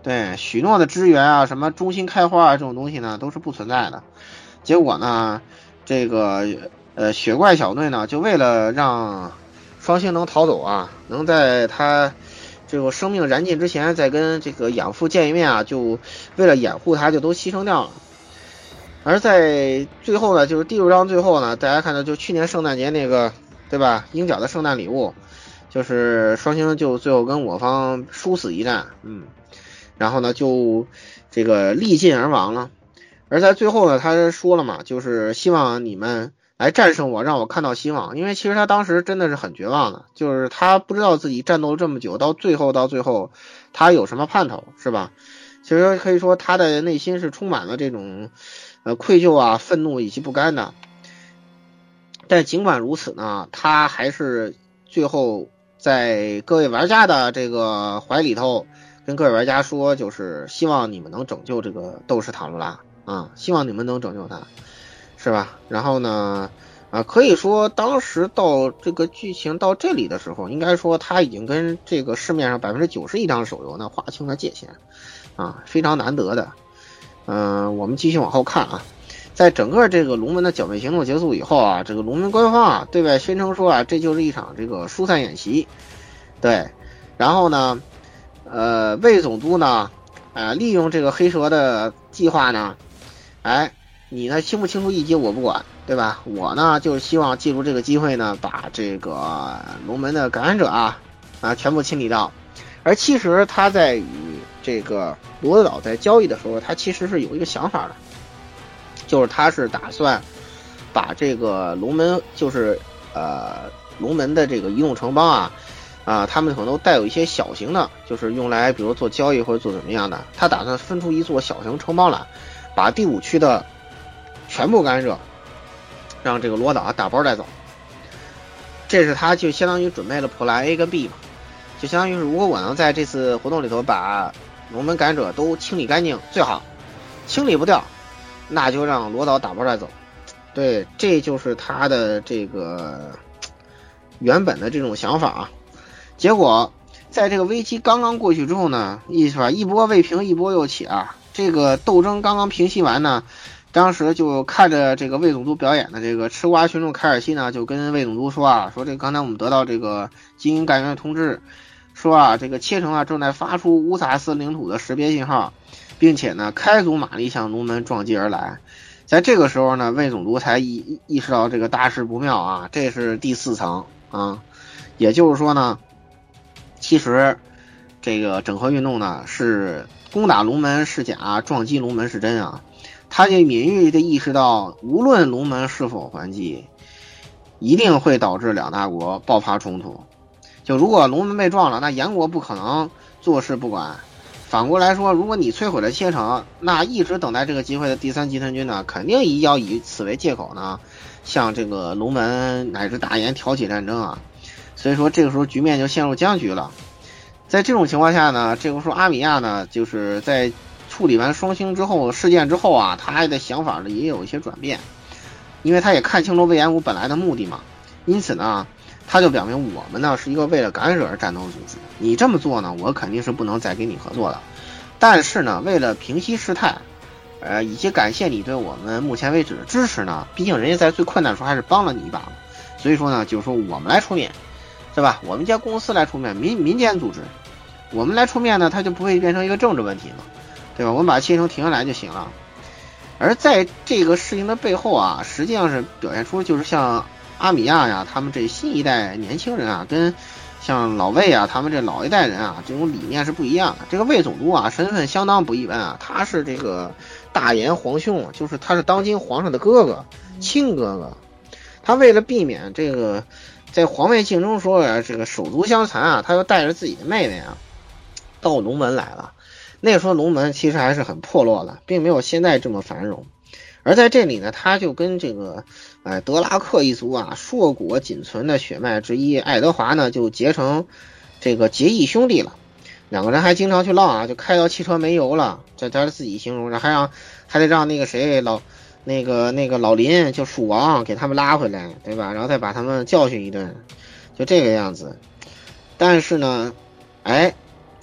对，许诺的支援啊，什么中心开花啊这种东西呢，都是不存在的。结果呢，这个呃雪怪小队呢，就为了让双星能逃走啊，能在他这个生命燃尽之前再跟这个养父见一面啊，就为了掩护他，就都牺牲掉了。而在最后呢，就是第六章最后呢，大家看到就去年圣诞节那个，对吧？鹰角的圣诞礼物，就是双星就最后跟我方殊死一战，嗯。然后呢，就这个力尽而亡了。而在最后呢，他说了嘛，就是希望你们来战胜我，让我看到希望。因为其实他当时真的是很绝望的，就是他不知道自己战斗了这么久，到最后到最后，他有什么盼头，是吧？其实可以说他的内心是充满了这种呃愧疚啊、愤怒以及不甘的。但尽管如此呢，他还是最后在各位玩家的这个怀里头。跟各位玩家说，就是希望你们能拯救这个斗士塔罗拉啊，希望你们能拯救他，是吧？然后呢，啊，可以说当时到这个剧情到这里的时候，应该说他已经跟这个市面上百分之九十以上的手游呢划清了界限，啊，非常难得的。嗯、呃，我们继续往后看啊，在整个这个龙门的剿灭行动结束以后啊，这个龙门官方啊对外宣称说啊，这就是一场这个疏散演习，对，然后呢。呃，魏总督呢，呃，利用这个黑蛇的计划呢，哎，你呢清不清楚一级我不管，对吧？我呢就是希望借助这个机会呢，把这个龙门的感染者啊啊全部清理掉。而其实他在与这个罗德岛在交易的时候，他其实是有一个想法的，就是他是打算把这个龙门，就是呃龙门的这个移动城邦啊。啊，他们可能都带有一些小型的，就是用来比如做交易或者做怎么样的。他打算分出一座小型城邦来，把第五区的全部干涉，让这个罗岛打包带走。这是他就相当于准备了普拉 A 跟 B 嘛，就相当于是如果我能在这次活动里头把龙门感染者都清理干净最好，清理不掉，那就让罗岛打包带走。对，这就是他的这个原本的这种想法啊。结果在这个危机刚刚过去之后呢，一是吧一波未平一波又起啊，这个斗争刚刚平息完呢，当时就看着这个魏总督表演的这个吃瓜群众凯尔西呢，就跟魏总督说啊，说这个刚才我们得到这个精英干员的通知，说啊这个切城啊正在发出乌萨斯领土的识别信号，并且呢开足马力向龙门撞击而来。在这个时候呢，魏总督才意意识到这个大事不妙啊，这是第四层啊，也就是说呢。其实，这个整合运动呢是攻打龙门是假，撞击龙门是真啊。他就敏锐地意识到，无论龙门是否还击，一定会导致两大国爆发冲突。就如果龙门被撞了，那燕国不可能坐视不管。反过来说，如果你摧毁了切城，那一直等待这个机会的第三集团军呢，肯定要以此为借口呢，向这个龙门乃至大燕挑起战争啊。所以说这个时候局面就陷入僵局了。在这种情况下呢，这个时候阿米亚呢，就是在处理完双星之后事件之后啊，他的想法呢也有一些转变，因为他也看清楚魏延武本来的目的嘛，因此呢，他就表明我们呢是一个为了感染者而战斗的组织，你这么做呢，我肯定是不能再跟你合作了。但是呢，为了平息事态，呃，以及感谢你对我们目前为止的支持呢，毕竟人家在最困难的时候还是帮了你一把，所以说呢，就是说我们来出面。是吧？我们家公司来出面，民民间组织，我们来出面呢，它就不会变成一个政治问题了，对吧？我们把切城停下来就行了。而在这个事情的背后啊，实际上是表现出就是像阿米亚呀，他们这新一代年轻人啊，跟像老魏啊，他们这老一代人啊，这种理念是不一样的。这个魏总督啊，身份相当不一般啊，他是这个大燕皇兄，就是他是当今皇上的哥哥，亲哥哥。他为了避免这个。在皇位竞争的时候啊，这个手足相残啊，他又带着自己的妹妹啊，到龙门来了。那个时候龙门其实还是很破落的，并没有现在这么繁荣。而在这里呢，他就跟这个呃德拉克一族啊，硕果仅存的血脉之一爱德华呢，就结成这个结义兄弟了。两个人还经常去浪啊，就开到汽车没油了，这他自己形容，然后还让还得让那个谁老。那个那个老林就蜀王给他们拉回来，对吧？然后再把他们教训一顿，就这个样子。但是呢，哎，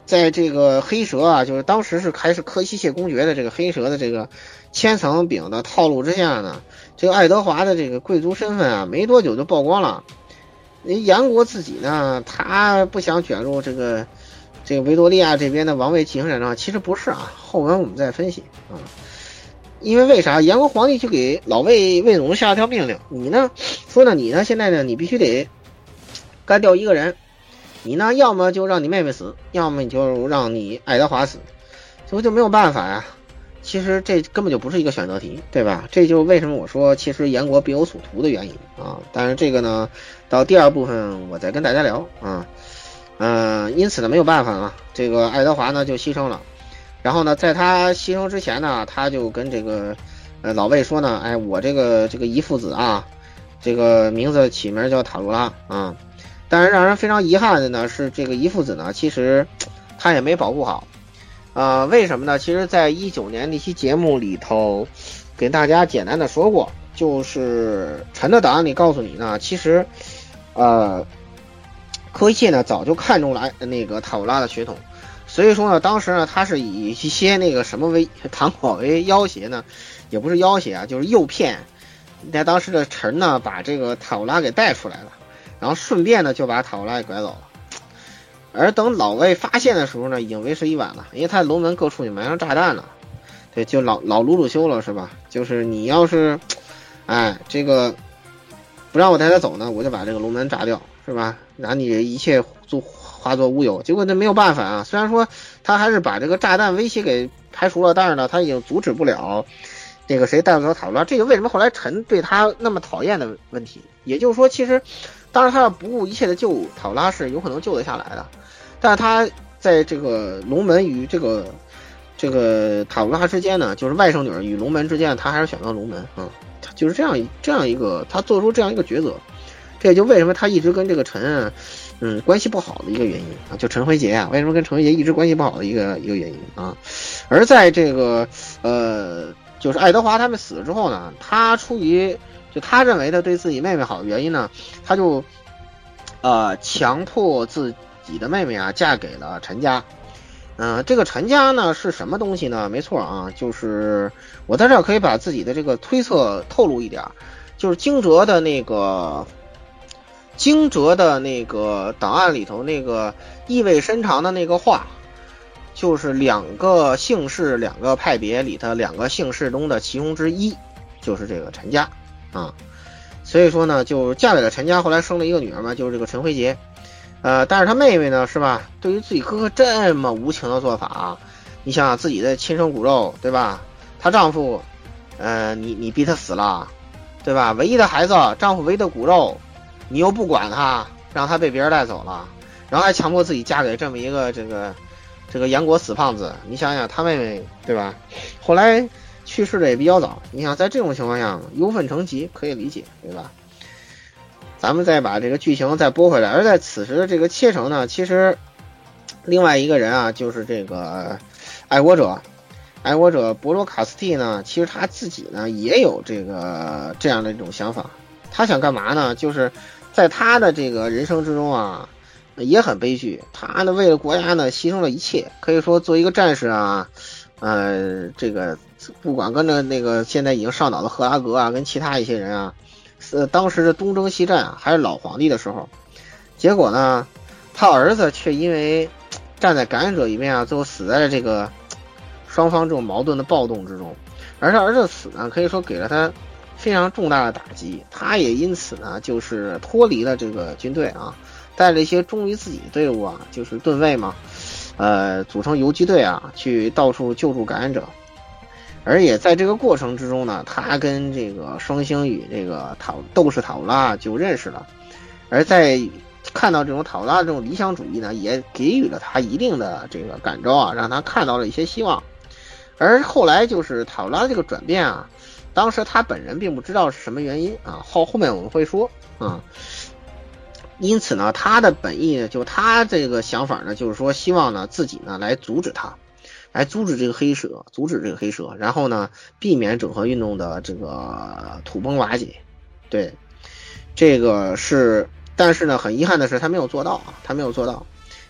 在这个黑蛇啊，就是当时是还是科西谢公爵的这个黑蛇的这个千层饼的套路之下呢，这个爱德华的这个贵族身份啊，没多久就曝光了。杨国自己呢，他不想卷入这个这个维多利亚这边的王位继承人啊，其实不是啊，后文我们再分析啊。因为为啥杨国皇帝就给老魏魏总下了条命令，你呢说呢，你呢现在呢，你必须得干掉一个人，你呢要么就让你妹妹死，要么你就让你爱德华死，所以就没有办法呀。其实这根本就不是一个选择题，对吧？这就为什么我说其实杨国别有所图的原因啊。但是这个呢，到第二部分我再跟大家聊啊。嗯、呃，因此呢没有办法了，这个爱德华呢就牺牲了。然后呢，在他牺牲之前呢，他就跟这个呃老魏说呢，哎，我这个这个遗父子啊，这个名字起名叫塔鲁拉啊。但是让人非常遗憾的呢是，这个遗父子呢，其实他也没保护好。呃，为什么呢？其实在一九年那期节目里头给大家简单的说过，就是陈的档案里告诉你呢，其实呃科西切呢早就看中了那个塔鲁拉的血统，所以说呢当时呢他是以一些那个什么为糖果为要挟呢，也不是要挟啊，就是诱骗在当时的陈呢把这个塔鲁拉给带出来了，然后顺便呢就把塔鲁拉给拐走了。而等老魏发现的时候呢，已经为时已晚了，因为他龙门各处也埋上炸弹了。对，就老老鲁鲁修了，是吧？就是你要是，哎，这个不让我带他走呢，我就把这个龙门炸掉，是吧？然后你一切就化作乌有。结果这没有办法啊，虽然说他还是把这个炸弹威胁给排除了，但是呢，他已经阻止不了那个谁带走塔鲁拉。这个为什么后来陈对他那么讨厌的问题？也就是说，其实当然他要不顾一切的救塔鲁拉是有可能救得下来的。但是他在这个龙门与这个这个塔鲁拉之间呢，就是外甥女儿与龙门之间，他还是选择龙门啊，他就是这样这样一个，他做出这样一个抉择，这也就为什么他一直跟这个陈嗯关系不好的一个原因啊，就陈辉杰啊，为什么跟陈辉杰一直关系不好的一个一个原因啊。而在这个呃，就是爱德华他们死了之后呢，他出于就他认为的对自己妹妹好的原因呢，他就呃强迫自己自己的妹妹啊嫁给了陈家。嗯、呃，这个陈家呢是什么东西呢？没错啊，就是我在这儿可以把自己的这个推测透露一点，就是惊蛰的那个惊蛰的那个档案里头那个意味深长的那个话，就是两个姓氏两个派别里头两个姓氏中的其中之一，就是这个陈家啊。所以说呢，就嫁给了陈家，后来生了一个女儿嘛，就是这个陈辉杰。呃，但是他妹妹呢，是吧？对于自己哥哥这么无情的做法，你想想自己的亲生骨肉，对吧？她丈夫，呃，你你逼他死了，对吧？唯一的孩子，丈夫唯一的骨肉，你又不管他，让他被别人带走了，然后还强迫自己嫁给这么一个这个这个杨国死胖子。你想想，他妹妹，对吧？后来去世的也比较早，你想在这种情况下，忧愤成疾，可以理解，对吧？咱们再把这个剧情再拨回来，而在此时的这个切城呢，其实另外一个人啊，就是这个爱国者，爱国者博罗卡斯蒂呢，其实他自己呢也有这个这样的一种想法，他想干嘛呢？就是在他的这个人生之中啊，也很悲剧，他呢为了国家呢牺牲了一切，可以说做一个战士啊，呃，这个不管跟着那个现在已经上岛的赫拉格啊，跟其他一些人啊。呃，当时的东征西战啊，还是老皇帝的时候，结果呢，他儿子却因为站在感染者一面啊，最后死在了这个双方这种矛盾的暴动之中。而他儿子死呢，可以说给了他非常重大的打击，他也因此呢，就是脱离了这个军队啊，带了一些忠于自己的队伍啊，就是盾卫嘛，呃，组成游击队啊，去到处救助感染者。而也在这个过程之中呢，他跟这个双星与这个塔斗士塔乌拉就认识了，而在看到这种塔乌拉这种理想主义呢，也给予了他一定的这个感召啊，让他看到了一些希望。而后来就是塔乌拉这个转变啊，当时他本人并不知道是什么原因啊，后后面我们会说啊。因此呢，他的本意呢，就他这个想法呢，就是说希望呢自己呢来阻止他。来阻止这个黑蛇，阻止这个黑蛇，然后呢，避免整合运动的这个土崩瓦解。对，这个是，但是呢，很遗憾的是，他没有做到啊，他没有做到，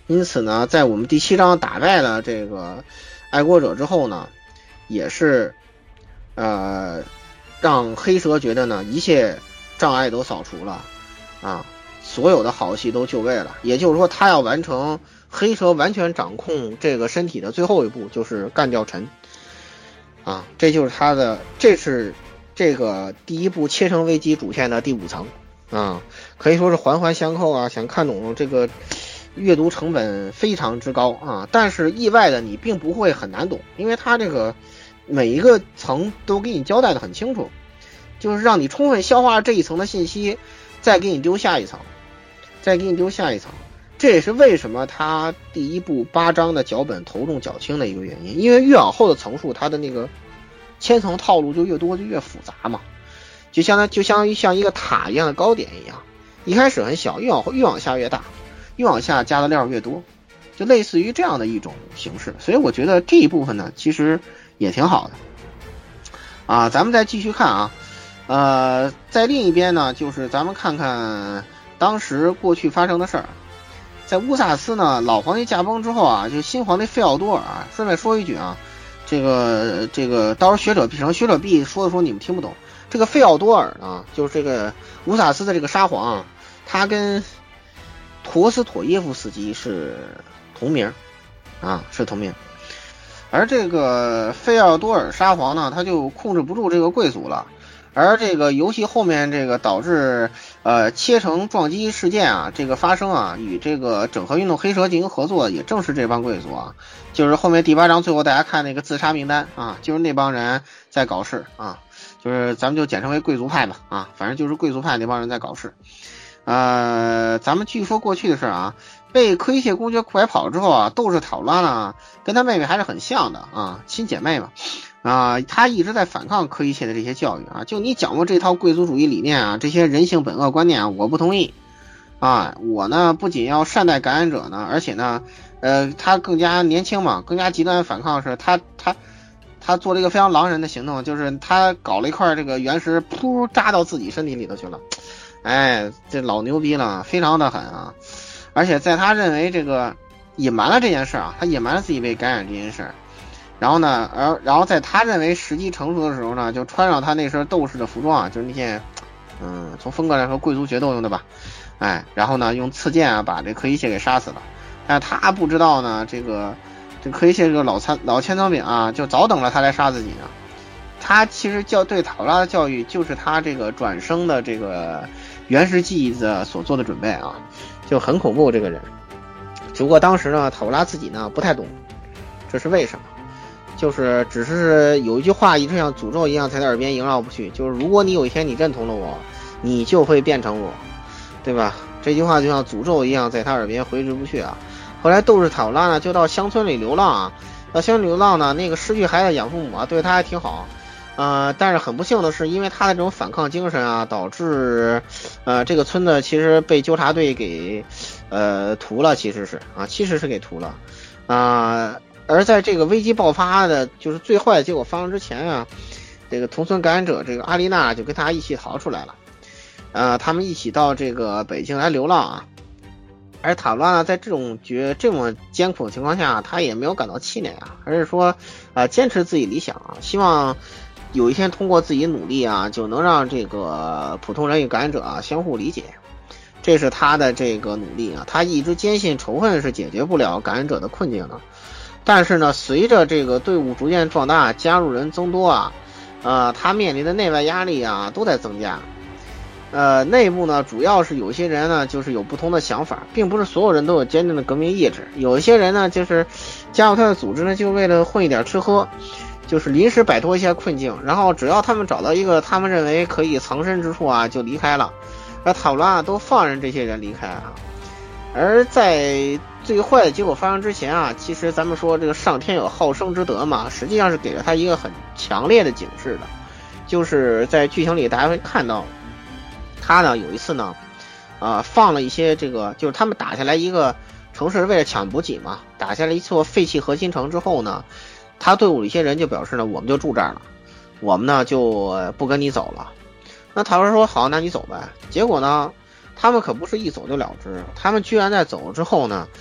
因此呢，在我们第七章打败了这个爱国者之后呢，也是呃让黑蛇觉得呢一切障碍都扫除了啊，所有的好戏都就位了。也就是说，他要完成黑蛇完全掌控这个身体的最后一步，就是干掉陈啊，这就是他的，这是这个第一部切成危机主线的第五层啊，可以说是环环相扣啊。想看懂这个阅读成本非常之高啊，但是意外的你并不会很难懂，因为它这个每一个层都给你交代的很清楚，就是让你充分消化这一层的信息，再给你丢下一层，再给你丢下一层。这也是为什么他第一部八章的脚本头重脚轻的一个原因，因为越往后的层数，它的那个千层套路就越多，就越复杂嘛，就相当就相当于像一个塔一样的高点一样，一开始很小，越往越往下越大，越往下加的料越多，就类似于这样的一种形式。所以我觉得这一部分呢，其实也挺好的啊。咱们再继续看啊，呃，在另一边呢，就是咱们看看当时过去发生的事儿。在乌萨斯呢，老皇帝驾崩之后啊，就新皇帝费奥多尔啊，顺便说一句啊，这个这个到时候学者必成，学者必说的说你们听不懂。这个费奥多尔呢，就是这个乌萨斯的这个沙皇啊，他跟陀思妥耶夫斯基是同名啊，是同名。而这个费奥多尔沙皇呢，他就控制不住这个贵族了。而这个游戏后面这个导致呃切成撞击事件啊，这个发生啊，与这个整合运动黑蛇进行合作，也正是这帮贵族啊，就是后面第八章最后大家看那个自杀名单啊，就是那帮人在搞事啊，就是咱们就简称为贵族派吧啊，反正就是贵族派那帮人在搞事。呃，咱们继续说过去的事啊，被科伊切公爵拐跑之后啊，斗士塔拉呢跟他妹妹还是很像的啊，亲姐妹嘛。啊，他一直在反抗科伊切的这些教育啊，就你讲过这套贵族主义理念啊，这些人性本恶观念啊，我不同意啊。我呢不仅要善待感染者呢，而且呢，呃，他更加年轻嘛，更加极端反抗是他他他做了一个非常狼人的行动，就是他搞了一块这个原石，噗扎到自己身体里头去了，哎，这老牛逼了，非常的狠啊。而且在他认为这个隐瞒了这件事啊，他隐瞒了自己被感染这件事。然后呢，而然后在他认为时机成熟的时候呢，就穿上他那身斗士的服装啊，就是那些，嗯，从风格来说贵族决斗用的吧，哎，然后呢用刺剑啊把这科伊切给杀死了。但他不知道呢，这个这科伊切这个老参老千层饼啊，就早等了他来杀自己呢。他其实教对塔拉的教育，就是他这个转生的这个原始记忆的所做的准备啊，就很恐怖这个人。只不过当时呢，塔拉自己呢不太懂，这是为什么？就是只是有一句话一直像诅咒一样在他耳边萦绕不去，就是如果你有一天你认同了我，你就会变成我，对吧？这句话就像诅咒一样在他耳边挥之不去啊。后来斗士塔拉呢就到乡村里流浪啊，到乡村流浪呢，那个失去孩子养父母啊，对他还挺好，呃，但是很不幸的是，因为他的这种反抗精神啊，导致呃这个村子其实被纠察队给呃屠了，其实是啊，其实是给屠了啊。呃而在这个危机爆发的，就是最坏的结果发生之前啊，这个同村感染者这个阿丽娜就跟他一起逃出来了，呃，他们一起到这个北京来流浪啊。而塔拉呢，在这种觉这么艰苦的情况下，他也没有感到气馁啊，而是说，呃，坚持自己理想啊，希望有一天通过自己努力啊，就能让这个普通人与感染者啊相互理解。这是他的这个努力啊，他一直坚信仇恨是解决不了感染者的困境的。但是呢，随着这个队伍逐渐壮大，加入人增多啊，呃，他面临的内外压力啊都在增加。呃，内部呢，主要是有些人呢，就是有不同的想法，并不是所有人都有坚定的革命意志。有一些人呢，就是加入他的组织呢，就为了混一点吃喝，就是临时摆脱一下困境，然后只要他们找到一个他们认为可以藏身之处啊，就离开了。而塔拉都放任这些人离开啊。而在最坏的结果发生之前啊，其实咱们说这个上天有好生之德嘛，实际上是给了他一个很强烈的警示的，就是在剧情里大家会看到，他呢有一次呢，呃放了一些这个，就是他们打下来一个城市为了抢补给嘛，打下来一座废弃核心城之后呢，他队伍里一些人就表示呢，我们就住这儿了，我们呢就不跟你走了。那塔拉说好，那你走呗。结果呢，他们可不是一走就了之，他们居然在走之后呢，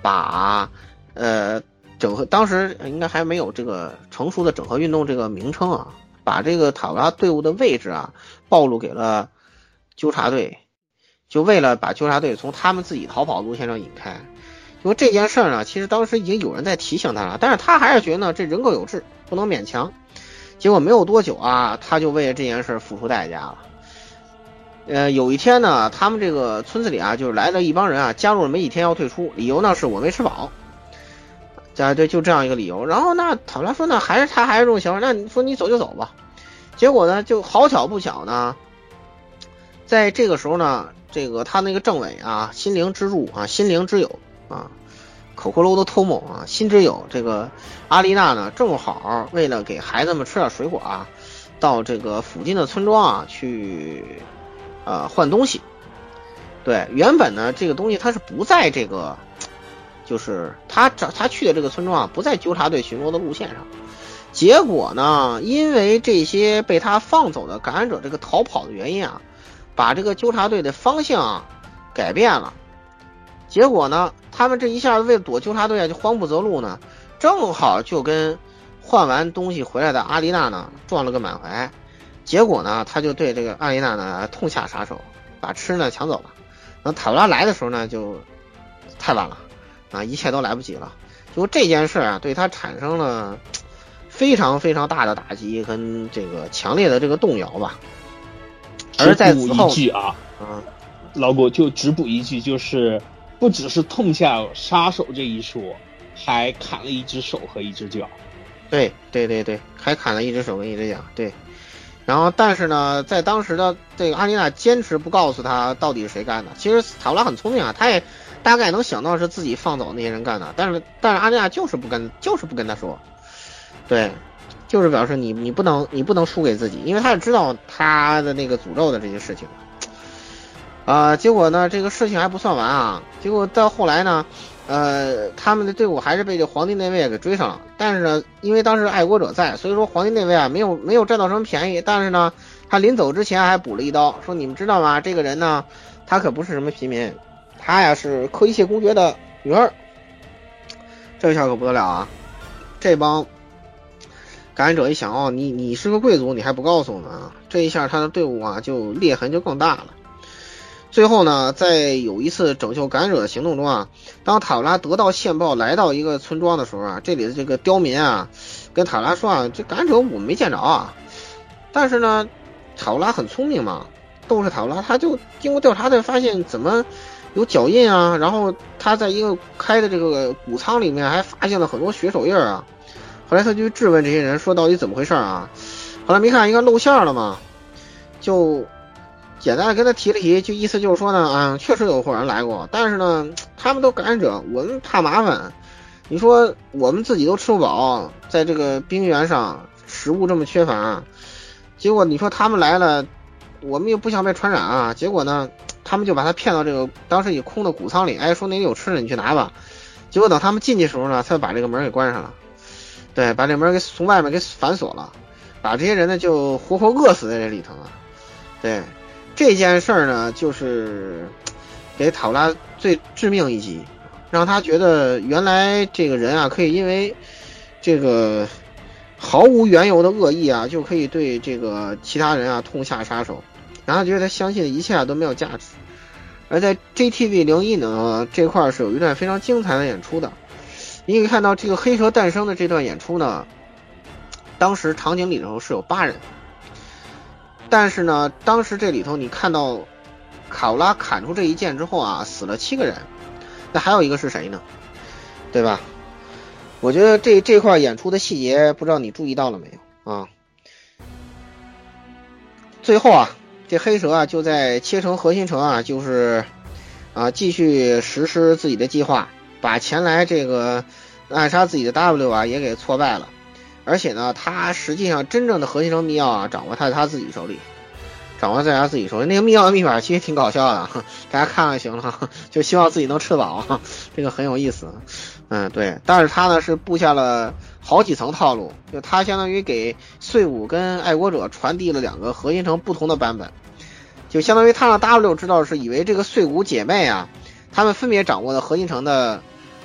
把呃整合当时应该还没有这个成熟的整合运动这个名称啊，把这个塔拉队伍的位置啊暴露给了纠察队，就为了把纠察队从他们自己逃跑路线上引开。因为这件事呢，其实当时已经有人在提醒他了，但是他还是觉得呢这人各有志，不能勉强。结果没有多久啊，他就为了这件事付出代价了。呃，有一天呢，他们这个村子里啊，就是来了一帮人啊，加入了没几天要退出，理由呢是我没吃饱，啊，对，就这样一个理由。然后那塔拉说呢，还是他还是这种想法，那你说你走就走吧。结果呢，就好巧不巧呢，在这个时候呢，这个他那个政委啊，心灵之助啊，心灵之友啊，口口楼的偷某啊，心之友这个阿丽娜呢，正好为了给孩子们吃点水果啊，到这个附近的村庄啊去。呃，换东西。对，原本呢，这个东西它是不在这个，就是他找他去的这个村庄啊，不在纠察队巡逻的路线上。结果呢，因为这些被他放走的感染者这个逃跑的原因啊，把这个纠察队的方向啊改变了。结果呢，他们这一下为了躲纠察队啊，就慌不择路呢，正好就跟换完东西回来的阿丽娜呢撞了个满怀。结果呢，他就对这个阿丽娜呢痛下杀手，把吃呢抢走了。然后塔罗拉来的时候呢，就太晚了啊，一切都来不及了。就这件事啊，对他产生了非常非常大的打击跟这个强烈的这个动摇吧。而在此后一句啊，嗯，老果就只补一句，就是不只是痛下杀手这一说，还砍了一只手和一只脚。 对对对对，还砍了一只手跟一只脚，对。然后，但是呢，在当时的这个阿丽娜坚持不告诉他到底是谁干的。其实塔罗拉很聪明啊，他也大概能想到是自己放走那些人干的，但是但是阿丽娜就是不跟，就是不跟他说，对，就是表示你你不能你不能输给自己，因为他也知道他的那个诅咒的这些事情啊、呃。结果呢，这个事情还不算完啊，结果到后来呢。呃，他们的队伍还是被这皇帝内卫给追上了，但是呢，因为当时爱国者在，所以说皇帝内卫啊没有没有占到什么便宜，但是呢，他临走之前还补了一刀，说你们知道吗？这个人呢，他可不是什么平民，他呀是柯伊谢公爵的女儿。这下可不得了啊！这帮感染者一想，哦，你你是个贵族，你还不告诉我们啊？这一下他的队伍啊就裂痕就更大了。最后呢，在有一次拯救感染者的行动中啊，当塔拉得到线报来到一个村庄的时候啊，这里的这个刁民啊跟塔拉说啊，这感染者我们没见着啊。但是呢，塔拉很聪明嘛，斗士塔拉他就经过调查才发现怎么有脚印啊，然后他在一个开的这个谷仓里面还发现了很多血手印啊。后来他就质问这些人说到底怎么回事啊？后来没看应该露馅了嘛，就简单的跟他提了提，就意思就是说呢，啊，确实有伙人来过，但是呢，他们都感染者，我们怕麻烦。你说我们自己都吃不饱，在这个冰原上食物这么缺乏，结果你说他们来了，我们又不想被传染啊。结果呢，他们就把他骗到这个当时已空的谷仓里，哎，说那里有吃的，你去拿吧。结果等他们进去的时候呢，他把这个门给关上了，对，把这门给从外面给反锁了，把这些人呢就活活饿死在这里头了，对。这件事儿呢，就是给塔拉最致命一击，让他觉得原来这个人啊，可以因为这个毫无缘由的恶意啊，就可以对这个其他人啊痛下杀手，然后他觉得他相信的一切啊都没有价值。而在 G T V 零一呢这块是有一段非常精彩的演出的，你可以看到这个黑蛇诞生的这段演出呢，当时场景里头是有八人。但是呢，当时这里头你看到卡乌拉砍出这一剑之后啊，死了七个人，那还有一个是谁呢？对吧？我觉得这这块演出的细节，不知道你注意到了没有啊？最后啊，这黑蛇啊就在切成核心城啊，就是啊继续实施自己的计划，把前来这个暗杀自己的 W 啊也给挫败了。而且呢，他实际上真正的核心城密钥啊，掌握在他自己手里，掌握在他自己手里。那个密钥的密码其实挺搞笑的，大家看看行了，就希望自己能吃饱，这个很有意思。嗯，对。但是他呢是布下了好几层套路，就他相当于给碎武跟爱国者传递了两个核心城不同的版本，就相当于他让 W 知道是以为这个碎骨姐妹啊，他们分别掌握了核心城的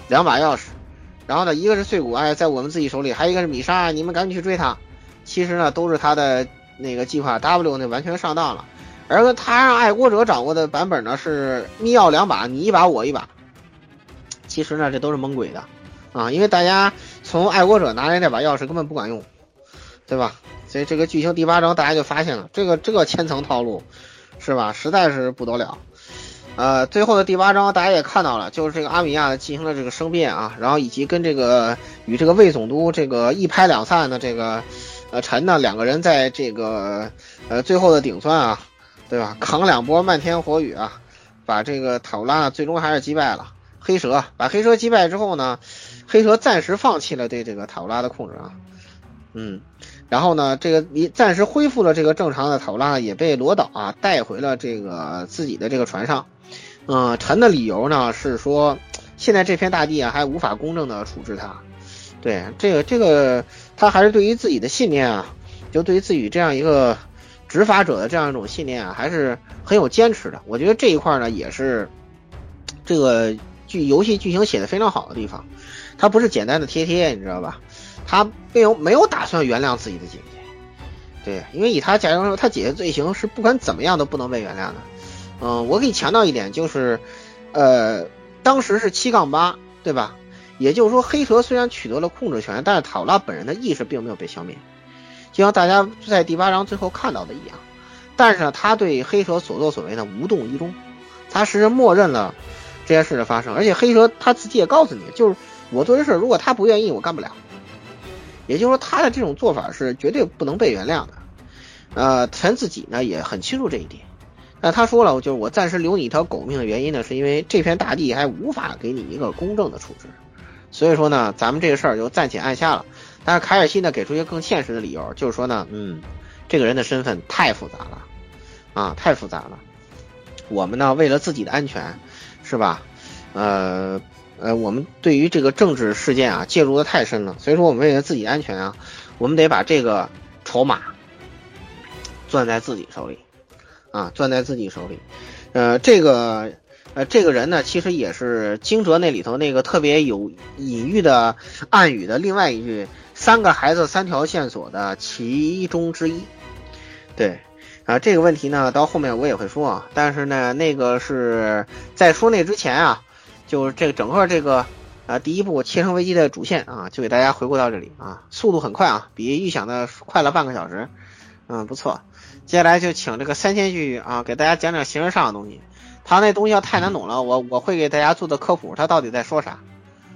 两把钥匙，然后呢，一个是碎骨，哎，在我们自己手里，还有一个是米莎，你们赶紧去追他。其实呢，都是他的那个计划 W 呢完全上当了。而跟他让爱国者掌握的版本呢是密钥两把，你一把我一把。其实呢，这都是蒙鬼的啊，因为大家从爱国者拿来那把钥匙根本不管用，对吧？所以这个剧情第八章大家就发现了，这个这个千层套路，是吧？实在是不得了。呃，最后的第八章大家也看到了，就是这个阿米亚进行了这个生变啊，然后以及跟这个与这个魏总督这个一拍两散的这个呃陈呢两个人在这个呃最后的顶端啊，对吧？扛两波漫天火雨啊，把这个塔乌拉最终还是击败了。黑蛇把黑蛇击败之后呢，黑蛇暂时放弃了对这个塔乌拉的控制啊，嗯。然后呢，这个你暂时恢复了这个正常的塔乌拉也被罗岛啊带回了这个自己的这个船上。嗯、呃，陈的理由呢是说，现在这片大地啊还无法公正的处置它。对，这个这个他还是对于自己的信念啊，就对于自己这样一个执法者的这样一种信念啊，还是很有坚持的。我觉得这一块呢也是这个剧游戏剧情写的非常好的地方。他不是简单的贴贴，你知道吧？他没有没有打算原谅自己的姐姐，对，因为以他假如说他姐姐罪行是不管怎么样都不能被原谅的。嗯、呃，我可以强调一点，就是，呃，当时是七杠八，对吧？也就是说，黑蛇虽然取得了控制权，但是塔乌拉本人的意识并没有被消灭，就像大家在第八章最后看到的一样。但是呢，他对黑蛇所作所为呢无动于衷，他实时默认了这件事的发生，而且黑蛇他自己也告诉你，就是我做这事，如果他不愿意，我干不了。也就是说，他的这种做法是绝对不能被原谅的。呃，陈自己呢也很清楚这一点。那他说了，就是我暂时留你一条狗命的原因呢，是因为这片大地还无法给你一个公正的处置，所以说呢，咱们这个事儿就暂且按下了。但是凯尔西呢给出一个更现实的理由，就是说呢，嗯，这个人的身份太复杂了，啊，太复杂了。我们呢为了自己的安全，是吧？呃呃，我们对于这个政治事件啊介入的太深了，所以说我们为了自己安全啊，我们得把这个筹码攥在自己手里。啊，攥在自己手里，呃，这个，呃，这个人呢，其实也是惊蛰那里头那个特别有隐喻的暗语的另外一句“三个孩子三条线索”的其中之一。对，啊，这个问题呢，到后面我也会说啊，但是呢，那个是在说那之前啊，就是这个整个这个啊第一部《切身危机》的主线啊，就给大家回顾到这里啊，速度很快啊，比预想的快了半个小时，嗯，不错。接下来就请这个三千句啊，给大家讲讲形式上的东西。他那东西要太难懂了，我我会给大家做的科普，他到底在说啥。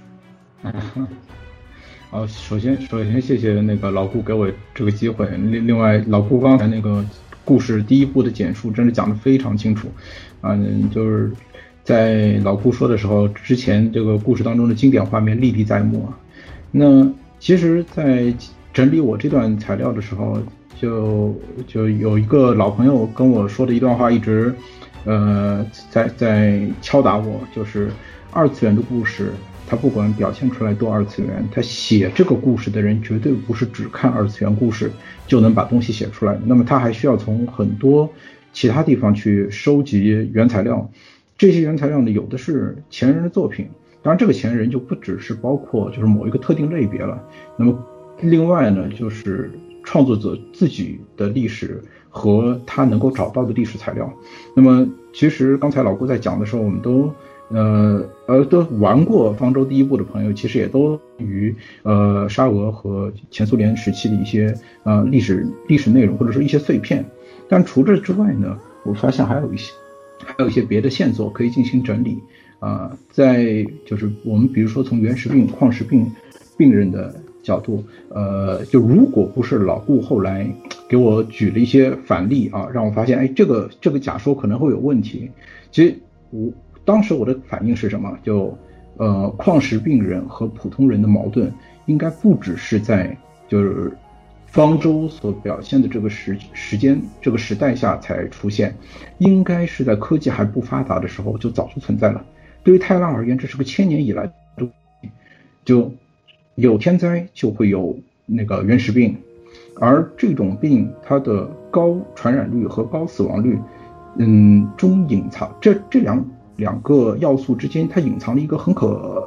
好，首先首先谢谢那个老顾给我这个机会。另另外，老顾刚才那个故事第一部的简述真是讲得非常清楚啊，就是在老顾说的时候，之前这个故事当中的经典画面历历在目啊。那其实，在整理我这段材料的时候，就就有一个老朋友跟我说的一段话，一直呃在在敲打我，就是二次元的故事，他不管表现出来多二次元，他写这个故事的人绝对不是只看二次元故事就能把东西写出来，那么他还需要从很多其他地方去收集原材料。这些原材料呢，有的是前人的作品，当然这个前人就不只是包括就是某一个特定类别了，那么另外呢，就是创作者自己的历史和他能够找到的历史材料。那么其实刚才老顾在讲的时候，我们都呃呃都玩过方舟第一部的朋友，其实也都与呃沙俄和前苏联时期的一些呃历史历史内容或者说一些碎片。但除这之外呢，我发现还有一些还有一些别的线索可以进行整理啊、呃。在就是我们比如说从原始病矿石病病人的角度，呃，就如果不是老顾后来给我举了一些反例啊，让我发现，哎，这个这个假说可能会有问题。其实我当时我的反应是什么？就呃，矿石病人和普通人的矛盾，应该不只是在就是方舟所表现的这个时时间这个时代下才出现，应该是在科技还不发达的时候就早就存在了。对于泰拉而言，这是个千年以来的，就有天灾就会有那个原始病，而这种病它的高传染率和高死亡率，嗯，中隐藏这这两两个要素之间，它隐藏了一个很可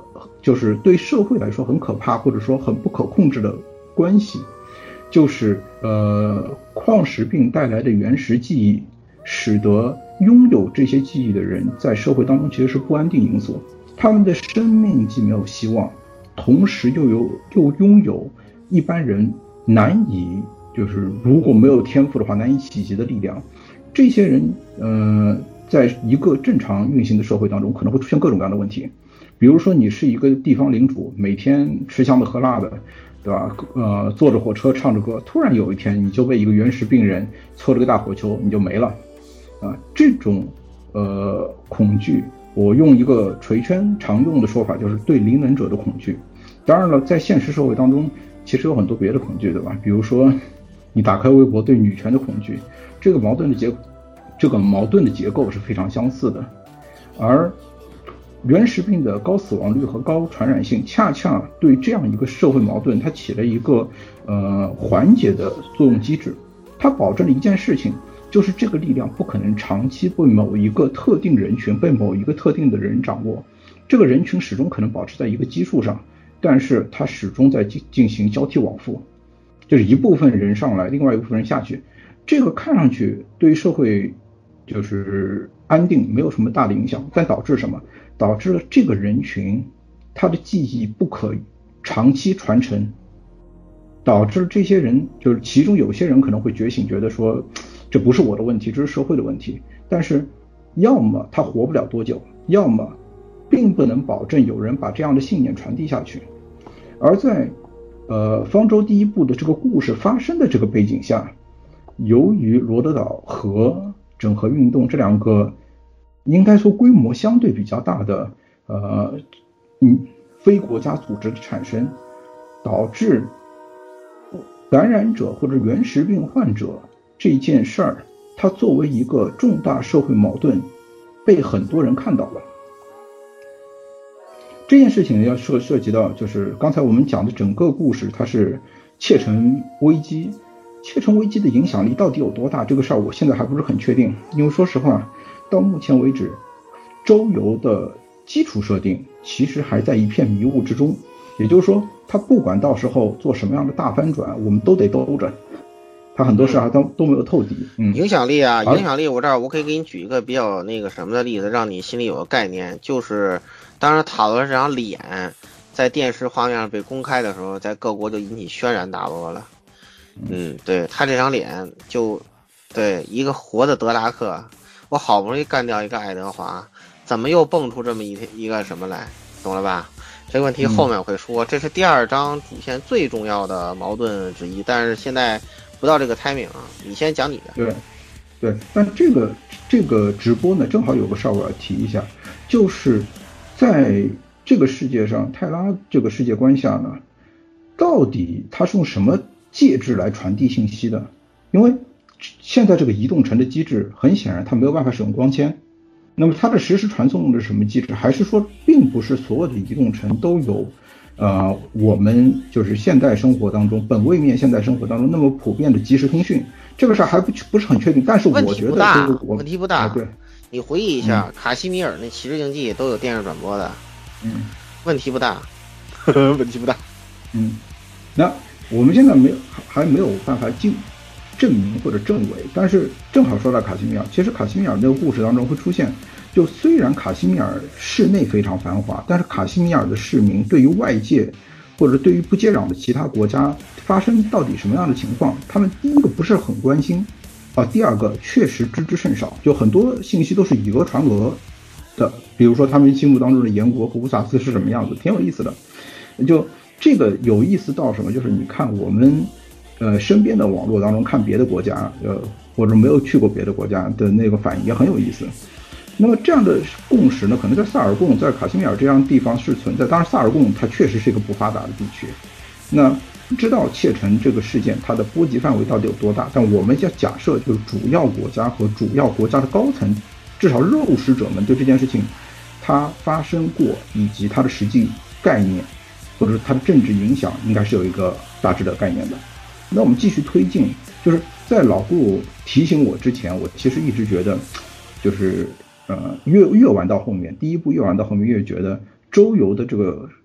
就是对社会来说很可怕或者说很不可控制的关系，就是呃矿石病带来的原始记忆，使得拥有这些记忆的人在社会当中其实是不安定因素，他们的生命既没有希望，同时又有又拥有一般人难以就是如果没有天赋的话难以企及的力量。这些人呃在一个正常运行的社会当中可能会出现各种各样的问题，比如说你是一个地方领主，每天吃香的喝辣的，对吧？呃，坐着火车唱着歌，突然有一天你就被一个原始病人搓了个大火球，你就没了啊！这种呃恐惧，我用一个锤圈常用的说法，就是对灵能者的恐惧。当然了，在现实社会当中，其实有很多别的恐惧，对吧？比如说你打开微博对女权的恐惧，这个矛盾的结这个矛盾的结构是非常相似的，而原始病的高死亡率和高传染性，恰恰对这样一个社会矛盾，它起了一个呃缓解的作用机制。它保证了一件事情，就是这个力量不可能长期被某一个特定人群、被某一个特定的人掌握。这个人群始终可能保持在一个基数上，但是它始终在进进行交替往复，就是一部分人上来，另外一部分人下去。这个看上去对于社会就是安定没有什么大的影响，但导致什么？导致了这个人群他的记忆不可长期传承，导致了这些人就是其中有些人可能会觉醒，觉得说这不是我的问题，这是社会的问题。但是要么他活不了多久，要么并不能保证有人把这样的信念传递下去。而在呃方舟第一部的这个故事发生的这个背景下，由于罗德岛和整合运动这两个应该说规模相对比较大的呃嗯非国家组织的产生，导致感染者或者原始病患者这件事儿，它作为一个重大社会矛盾被很多人看到了。这件事情要涉涉及到就是刚才我们讲的整个故事，它是切城危机。切城危机的影响力到底有多大？这个事儿我现在还不是很确定，因为说实话，到目前为止，周游的基础设定其实还在一片迷雾之中。也就是说，他不管到时候做什么样的大翻转，我们都得兜着。他很多事还都都没有透底。嗯， 影响力啊，影响力，我这儿我可以给你举一个比较那个什么的例子，让你心里有个概念。就是当时塔罗这张脸在电视画面上被公开的时候，在各国就引起轩然大波了。嗯，对，他这张脸就对一个活的德拉克，我好不容易干掉一个爱德华，怎么又蹦出这么一一个什么来，懂了吧？这个问题后面会说，这是第二章主线最重要的矛盾之一，但是现在不到这个 timing 啊，你先讲你的。 对，对，但这个这个直播呢，正好有个事儿我要提一下，就是在这个世界上，泰拉这个世界观下呢，到底它是用什么介质来传递信息的？因为现在这个移动城的机制很显然它没有办法使用光纤，那么它的实时传送的什么机制？还是说并不是所有的移动城都有呃我们就是现代生活当中本位面现代生活当中那么普遍的即时通讯？这个事儿还不不是很确定，但是我觉得这个问题不大。 对， 你回忆一下、嗯、卡西米尔那骑士竞技都有电视转播的， 嗯， 问题不大，问题不大。 嗯，那我们现在没有还没有办法证证明或者证伪，但是正好说到卡西米尔，其实卡西米尔这个故事当中会出现，就虽然卡西米尔市内非常繁华，但是卡西米尔的市民对于外界或者对于不接壤的其他国家发生到底什么样的情况，他们第一个不是很关心啊，第二个确实知之甚少，就很多信息都是以讹传讹的，比如说他们心目当中的炎国和乌萨斯是什么样子，挺有意思的。就这个有意思到什么？就是你看我们，呃，身边的网络当中看别的国家，呃，或者没有去过别的国家的那个反应也很有意思。那么这样的共识呢，可能在萨尔贡、在卡西米尔这样的地方是存在。当然，萨尔贡它确实是一个不发达的地区。那不知道切城这个事件它的波及范围到底有多大？但我们要假设，就是主要国家和主要国家的高层，至少肉食者们对这件事情它发生过以及它的实际概念，或者它的政治影响，应该是有一个大致的概念的。那我们继续推进，就是在老顾提醒我之前，我其实一直觉得，就是呃越越玩到后面，第一部越玩到后面越觉得周游的这个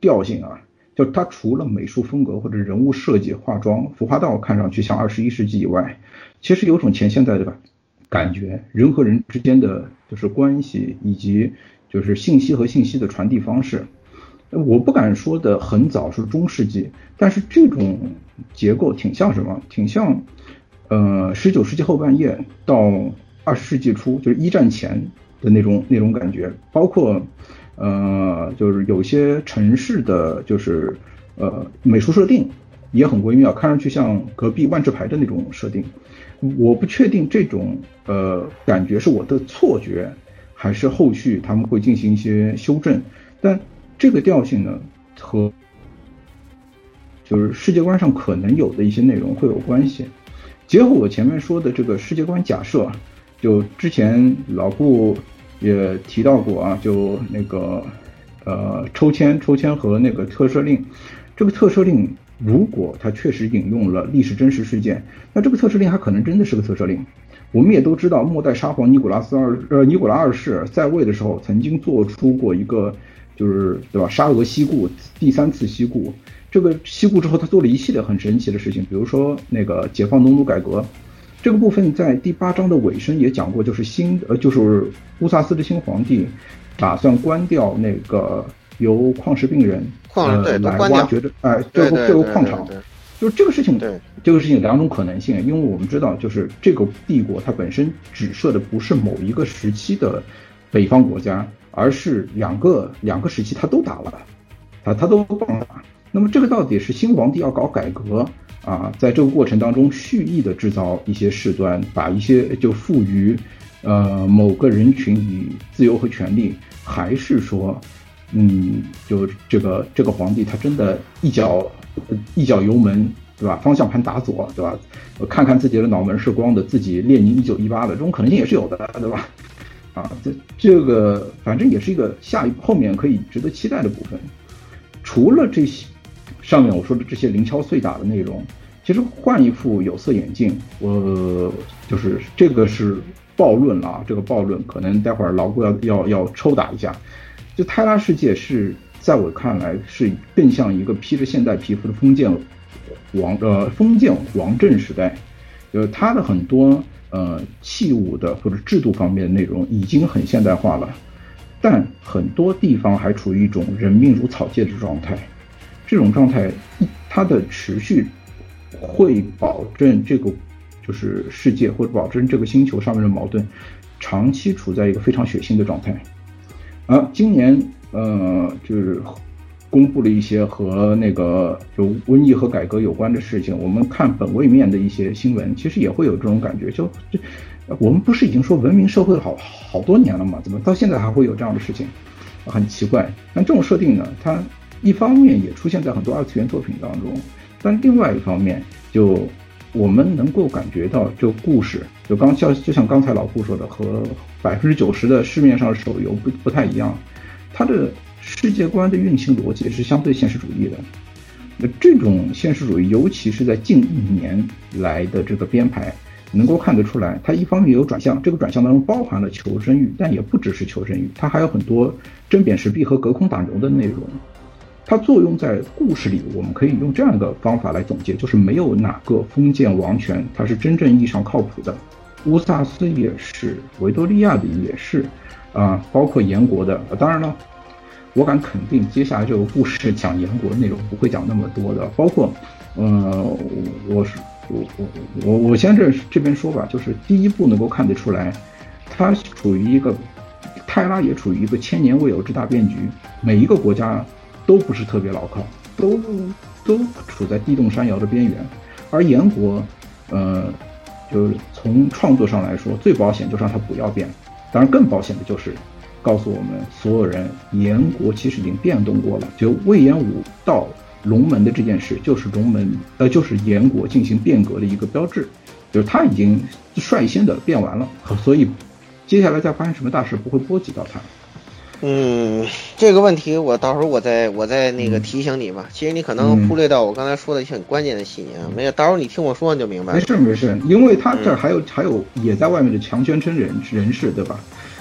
调性啊，就它除了美术风格或者人物设计、化妆、服化道看上去像二十一世纪以外，其实有种前现代的感觉，人和人之间的就是关系以及就是信息和信息的传递方式。我不敢说的很早是中世纪，但是这种结构挺像什么？挺像呃十九世纪后半叶到二十世纪初，就是一战前的那种那种感觉，包括呃就是有些城市的就是呃美术设定也很微妙，看上去像隔壁万智牌的那种设定。我不确定这种呃感觉是我的错觉，还是后续他们会进行一些修正，但这个调性呢和就是世界观上可能有的一些内容会有关系。结合我前面说的这个世界观假设，就之前老顾也提到过啊，就那个呃抽签抽签和那个特赦令，这个特赦令如果它确实引用了历史真实事件，那这个特赦令还可能真的是个特赦令。我们也都知道末代沙皇尼古拉斯二呃尼古拉二世在位的时候曾经做出过一个就是对吧沙俄西顾第三次西顾，这个西顾之后他做了一系列很神奇的事情，比如说那个解放农奴改革，这个部分在第八章的尾声也讲过，就是新呃就是乌萨斯的新皇帝打算关掉那个由矿石病人矿呃来挖掘的哎这个这个矿场，就是这个事情对这个事情有两种可能性，因为我们知道就是这个帝国它本身指涉的不是某一个时期的北方国家，而是两个两个时期他都打了，他他都帮打。那么这个到底是新皇帝要搞改革啊，在这个过程当中蓄意的制造一些事端，把一些就赋予呃某个人群以自由和权利，还是说嗯就这个这个皇帝他真的一脚一脚油门对吧，方向盘打左对吧，看看自己的脑门是光的，自己列宁一九一八的，这种可能性也是有的对吧？啊，这这个反正也是一个下一步后面可以值得期待的部分。除了这些上面我说的这些零敲碎打的内容，其实换一副有色眼镜，我就是这个是暴论了啊，这个暴论可能待会儿老顾要要要抽打一下。就泰拉世界是在我看来是更像一个披着现代皮肤的封建王呃封建王政时代，就是它的很多呃器物的或者制度方面的内容已经很现代化了，但很多地方还处于一种人命如草芥的状态。这种状态它的持续会保证这个就是世界或者保证这个星球上面的矛盾长期处在一个非常血腥的状态。啊，今年呃就是公布了一些和那个就瘟疫和改革有关的事情，我们看本位面的一些新闻，其实也会有这种感觉，就就我们不是已经说文明社会好好多年了吗？怎么到现在还会有这样的事情？很奇怪。但这种设定呢，它一方面也出现在很多二次元作品当中，但另外一方面，就我们能够感觉到，就故事，就刚像就像刚才老顾说的，和百分之九十的市面上的手游不不太一样，它的世界观的运行逻辑是相对现实主义的。那这种现实主义，尤其是在近一年来的这个编排，能够看得出来，它一方面有转向，这个转向当中包含了求生欲，但也不只是求生欲，它还有很多针砭时弊和隔空打牛的内容。它作用在故事里，我们可以用这样一个方法来总结，就是没有哪个封建王权它是真正意义上靠谱的。乌萨斯也是，维多利亚的也是，啊、呃，包括炎国的。当然了，我敢肯定，接下来这个故事讲炎国的内容不会讲那么多的。包括，呃，我是我我我我先这这边说吧，就是第一部能够看得出来，它处于一个泰拉也处于一个千年未有之大变局，每一个国家都不是特别牢靠，都都处在地动山摇的边缘。而炎国，呃，就是从创作上来说，最保险就是让它不要变。当然，更保险的就是告诉我们所有人，炎国其实已经变动过了。就魏延武到龙门的这件事，就是龙门呃，就是炎国进行变革的一个标志，就是他已经率先的变完了，所以接下来再发生什么大事不会波及到他。 嗯，这个问题我到时候我再我再那个提醒你吧。其实你可能忽略到我刚才说的一些很关键的细节，没有，到时候你听我说你就明白了。 没事没事，因为他这还有、嗯、还有也在外面的强宣称人人士，对吧？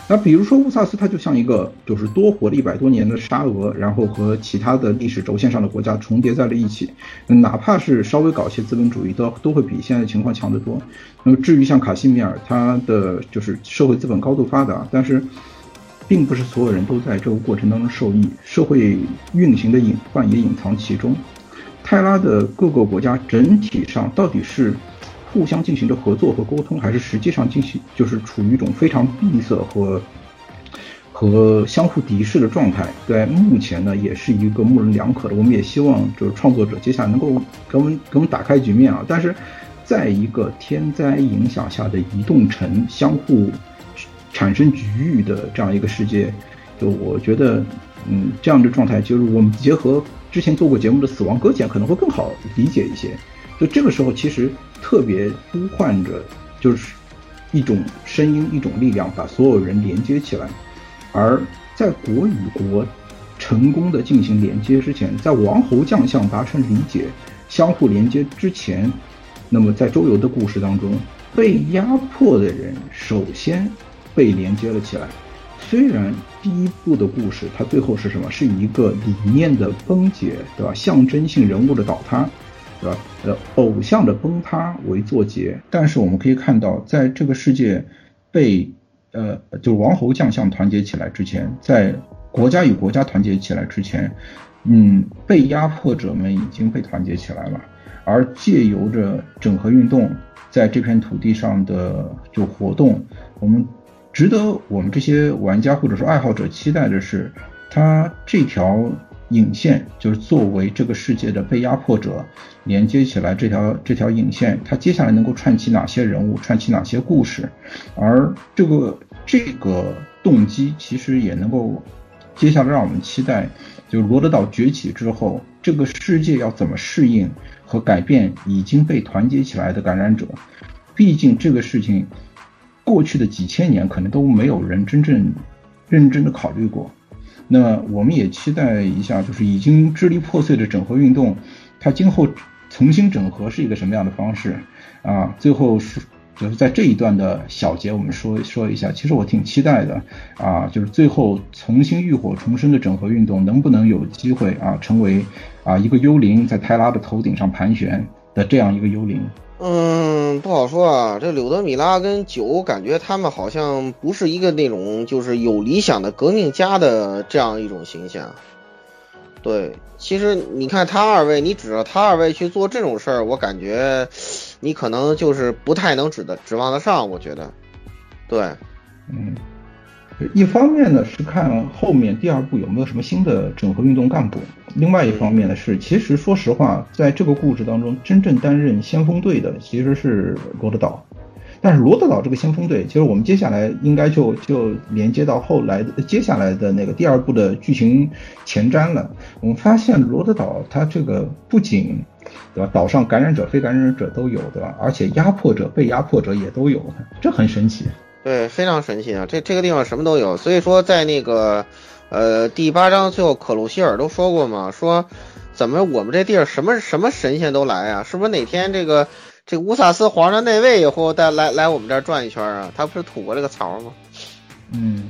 那比如说乌萨斯，它就像一个就是多活了一百多年的沙俄，然后和其他的历史轴线上的国家重叠在了一起，哪怕是稍微搞些资本主义，都都会比现在的情况强得多。那么至于像卡西米尔，他的就是社会资本高度发达，但是并不是所有人都在这个过程当中受益，社会运行的隐患也隐藏其中。泰拉的各个国家整体上到底是互相进行着合作和沟通，还是实际上进行就是处于一种非常闭塞和和相互敌视的状态，在目前呢也是一个模棱两可的。我们也希望就是创作者接下来能够给我们给我们打开局面啊，但是在一个天灾影响下的移动城相互产生局域的这样一个世界，就我觉得嗯这样的状态，就是我们结合之前做过节目的死亡搁浅可能会更好理解一些。就这个时候其实特别呼唤着就是一种声音，一种力量，把所有人连接起来。而在国与国成功的进行连接之前，在王侯将相达成理解相互连接之前，那么在周游的故事当中，被压迫的人首先被连接了起来。虽然第一部的故事它最后是什么，是一个理念的崩解，对吧，象征性人物的倒塌，对吧？呃，偶像的崩塌为作结，但是我们可以看到，在这个世界被呃，就是王侯将相团结起来之前，在国家与国家团结起来之前，嗯，被压迫者们已经被团结起来了，而借由着整合运动在这片土地上的就活动，我们值得我们这些玩家或者说爱好者期待的是，它这条引线就是作为这个世界的被压迫者连接起来，这条这条引线它接下来能够串起哪些人物，串起哪些故事，而这个这个动机其实也能够接下来让我们期待，就是罗德岛崛起之后，这个世界要怎么适应和改变已经被团结起来的感染者。毕竟这个事情过去的几千年可能都没有人真正认真的考虑过。那我们也期待一下，就是已经支离破碎的整合运动，它今后重新整合是一个什么样的方式啊？最后是就是在这一段的小节我们说说一下，其实我挺期待的啊，就是最后重新浴火重生的整合运动能不能有机会啊成为啊一个幽灵在泰拉的头顶上盘旋的这样一个幽灵。 嗯，不好说啊。这柳德米拉跟九感觉他们好像不是一个那种就是有理想的革命家的这样一种形象。对，其实你看他二位，你指着他二位去做这种事儿，我感觉你可能就是不太能指的指望得上，我觉得。对， 嗯，一方面呢是看后面第二部有没有什么新的整合运动干部，另外一方面呢是，其实说实话，在这个故事当中，真正担任先锋队的其实是罗德岛。但是罗德岛这个先锋队，其实我们接下来应该就就连接到后来的接下来的那个第二部的剧情前瞻了。我们发现罗德岛它这个不仅对吧，岛上感染者非感染者都有，对吧，而且压迫者被压迫者也都有，这很神奇。 对，非常神奇啊！这这个地方什么都有。所以说在那个呃第八章最后，可鲁希尔都说过嘛，说怎么我们这地儿什么什么神仙都来啊？是不是哪天这个这个乌萨斯皇上内位以后再来来我们这儿转一圈啊？他不是吐过这个槽吗？ 嗯，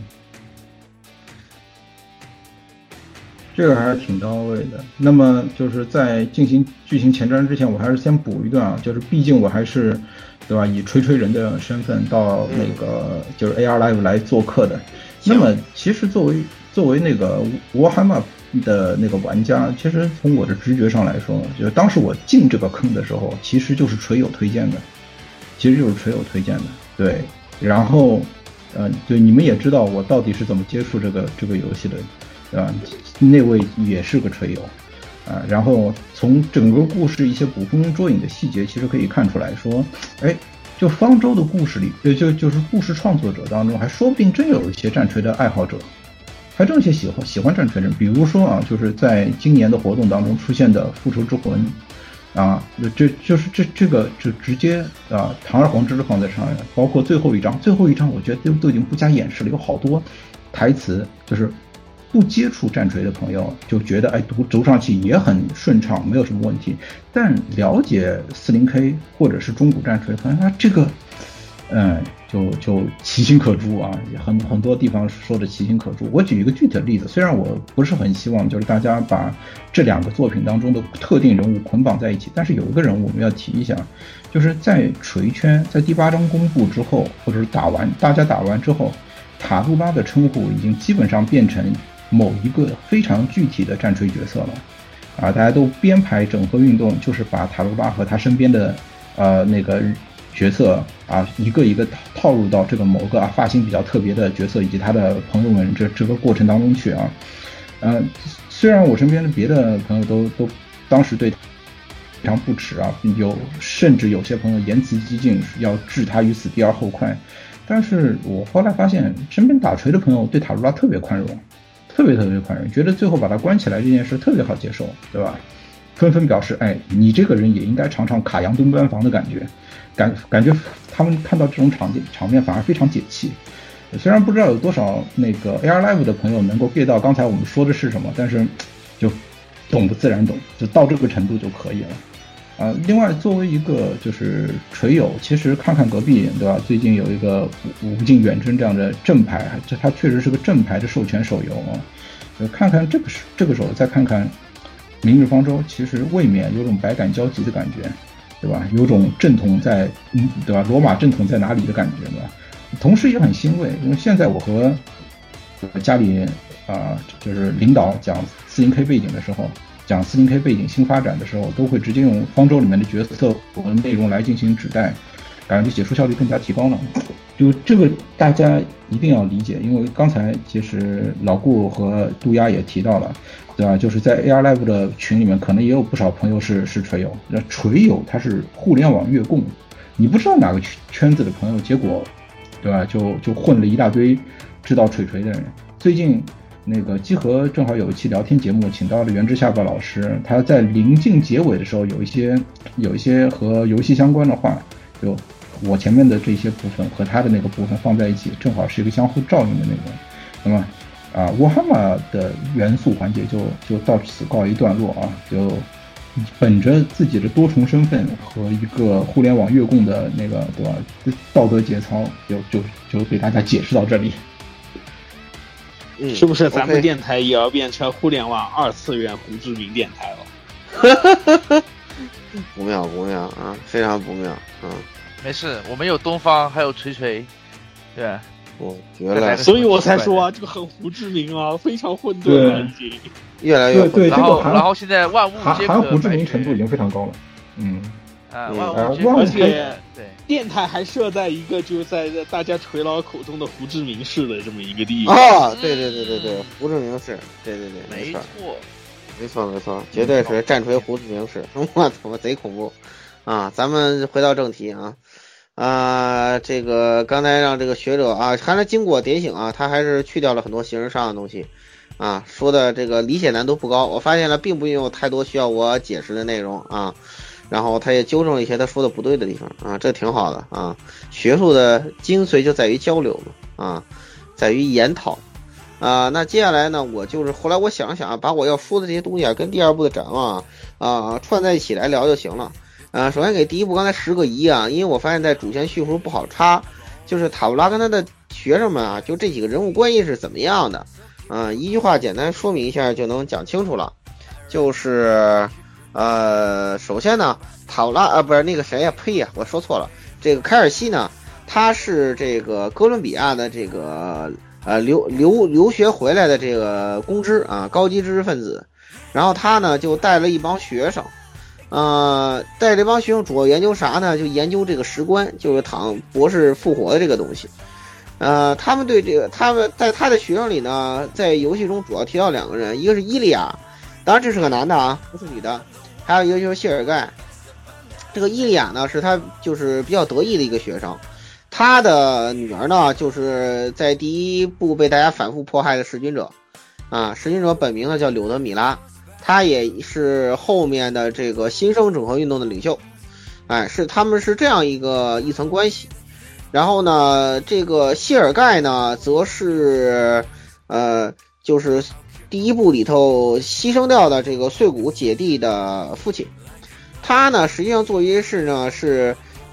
这个还是挺到位的。那么就是在进行剧情前瞻之前，我还是先补一段啊，就是毕竟我还是对吧以吹吹人的身份到那个就是 A R Live 来做客的。那么其实作为作为那个 Warhammer 的那个玩家，其实从我的直觉上来说，就是当时我进这个坑的时候，其实就是锤友推荐的，其实就是锤友推荐的。对，然后呃，对你们也知道我到底是怎么接触这个这个游戏的。啊，那位也是个锤友啊，然后从整个故事一些捕风捉影的细节，其实可以看出来说，哎，就方舟的故事里，就就就是故事创作者当中，还说不定真有一些战锤的爱好者，还真有些喜欢喜欢战锤的人，比如说啊，就是在今年的活动当中出现的复仇之魂啊，这就是这这个就直接啊堂而皇之的放在上面，包括最后一章，最后一章我觉得都都已经不加掩饰了，有好多台词就是不接触战锤的朋友就觉得哎读读上去也很顺畅，没有什么问题，但了解 四零 K 或者是中古战锤的朋友，他这个嗯就就其心可诛啊，很很多地方说的其心可诛。我举一个具体的例子，虽然我不是很希望就是大家把这两个作品当中的特定人物捆绑在一起，但是有一个人物我们要提一下，就是在锤圈在第八章公布之后，或者是打完大家打完之后，塔杜拉的称呼已经基本上变成某一个非常具体的战锤角色了啊，大家都编排整合运动，就是把塔杜拉和他身边的呃那个角色啊，一个一个套入到这个某个啊发型比较特别的角色以及他的朋友们这这个过程当中去啊。呃，虽然我身边的别的朋友都都当时对他非常不耻啊，有甚至有些朋友言辞激进，要置他于死地而后快，但是我后来发现身边打锤的朋友对塔卢拉特别宽容，特别特别宽容，觉得最后把他关起来这件事特别好接受，对吧？纷纷表示，哎，你这个人也应该尝尝卡扬蹲班房的感觉。感感觉他们看到这种场景场面反而非常解气。虽然不知道有多少那个 A R Live 的朋友能够 get 到刚才我们说的是什么，但是就懂的自然懂，就到这个程度就可以了。啊、呃，另外作为一个就是锤友，其实看看隔壁，对吧？最近有一个无尽远征这样的正牌，这它确实是个正牌的授权手游啊。就看看这个这个手游，再看看明日方舟，其实未免有种百感交集的感觉。对吧？有种正统在，嗯，对吧？罗马正统在哪里的感觉，对吧？同时也很欣慰，因为现在我和家里啊、呃，就是领导讲四零 K 背景的时候，讲四零 K 背景新发展的时候，都会直接用方舟里面的角色和内容来进行指代，感觉解说效率更加提高了。就这个大家一定要理解，因为刚才其实老顾和杜鸦也提到了。对吧？就是在 A R Live 的群里面，可能也有不少朋友是是锤友。那锤友他是互联网月供，你不知道哪个圈子的朋友，结果，对吧？就就混了一大堆知道锤锤的人。最近那个集合正好有一期聊天节目，请到了原之下巴老师，他在临近结尾的时候有一些有一些和游戏相关的话，就我前面的这些部分和他的那个部分放在一起，正好是一个相互照应的内容。那么。啊，沃哈玛的元素环节就就到此告一段落啊！就本着自己的多重身份和一个互联网月供的那个对吧道德节操，就就就给大家解释到这里。 嗯，是不是咱们 okay. 电台也要变成互联网二次元胡志明电台了？ 不妙不妙啊，非常不妙啊！ 没事，我们有东方，还有锤锤，对。 我觉得， 所以我才说啊，这个很胡志明啊，非常混沌了，已经越来越混沌。 然后，然后现在万物皆可含胡志明程度已经非常高了。嗯， 啊， 嗯、 万物皆可， 而且对， 电台还设在一个就是在大家锤佬口中的胡志明市的这么一个地方。 啊，对对对对对，胡志明市，对对对， 没错， 没错没错，绝对是战锤胡志明市，我操，贼恐怖啊！咱们回到正题啊。啊，这个刚才让这个学者啊，还是经过点醒啊，他还是去掉了很多形式上的东西啊，说的这个理解难度不高，我发现了并不有太多需要我解释的内容啊，然后他也纠正了一些他说的不对的地方啊，这挺好的啊，学术的精髓就在于交流嘛啊，在于研讨啊。那接下来呢，我就是后来我想了想啊，把我要说的这些东西啊，跟第二部的展望啊串在一起来聊就行了。呃，首先给第一部刚才十个疑啊，因为我发现在主线叙述不好插，就是塔布拉跟他的学生们啊，就这几个人物关系是怎么样的，啊、呃，一句话简单说明一下就能讲清楚了，就是呃，首先呢，塔布拉啊不是那个谁呀、啊，呸呀，我说错了，这个凯尔西呢，他是这个哥伦比亚的这个呃留留留学回来的这个公知啊，高级知识分子，然后他呢就带了一帮学生。呃，带这帮学生主要研究啥呢？就研究这个石棺，就是躺博士复活的这个东西。呃，他们对这个，他们在他的学生里呢，在游戏中主要提到两个人，一个是伊利亚，当然这是个男的啊，不是女的，还有一个就是谢尔盖。这个伊利亚呢，是他就是比较得意的一个学生，他的女儿呢，就是在第一部被大家反复迫害的弑君者，啊，弑君者本名呢叫柳德米拉。他也是后面的这个新生整合运动的领袖，哎，是他们是这样一个一层关系。然后呢，这个谢尔盖呢，则是呃，就是第一部里头牺牲掉的这个碎骨姐弟的父亲。他呢，实际上做一些事呢，是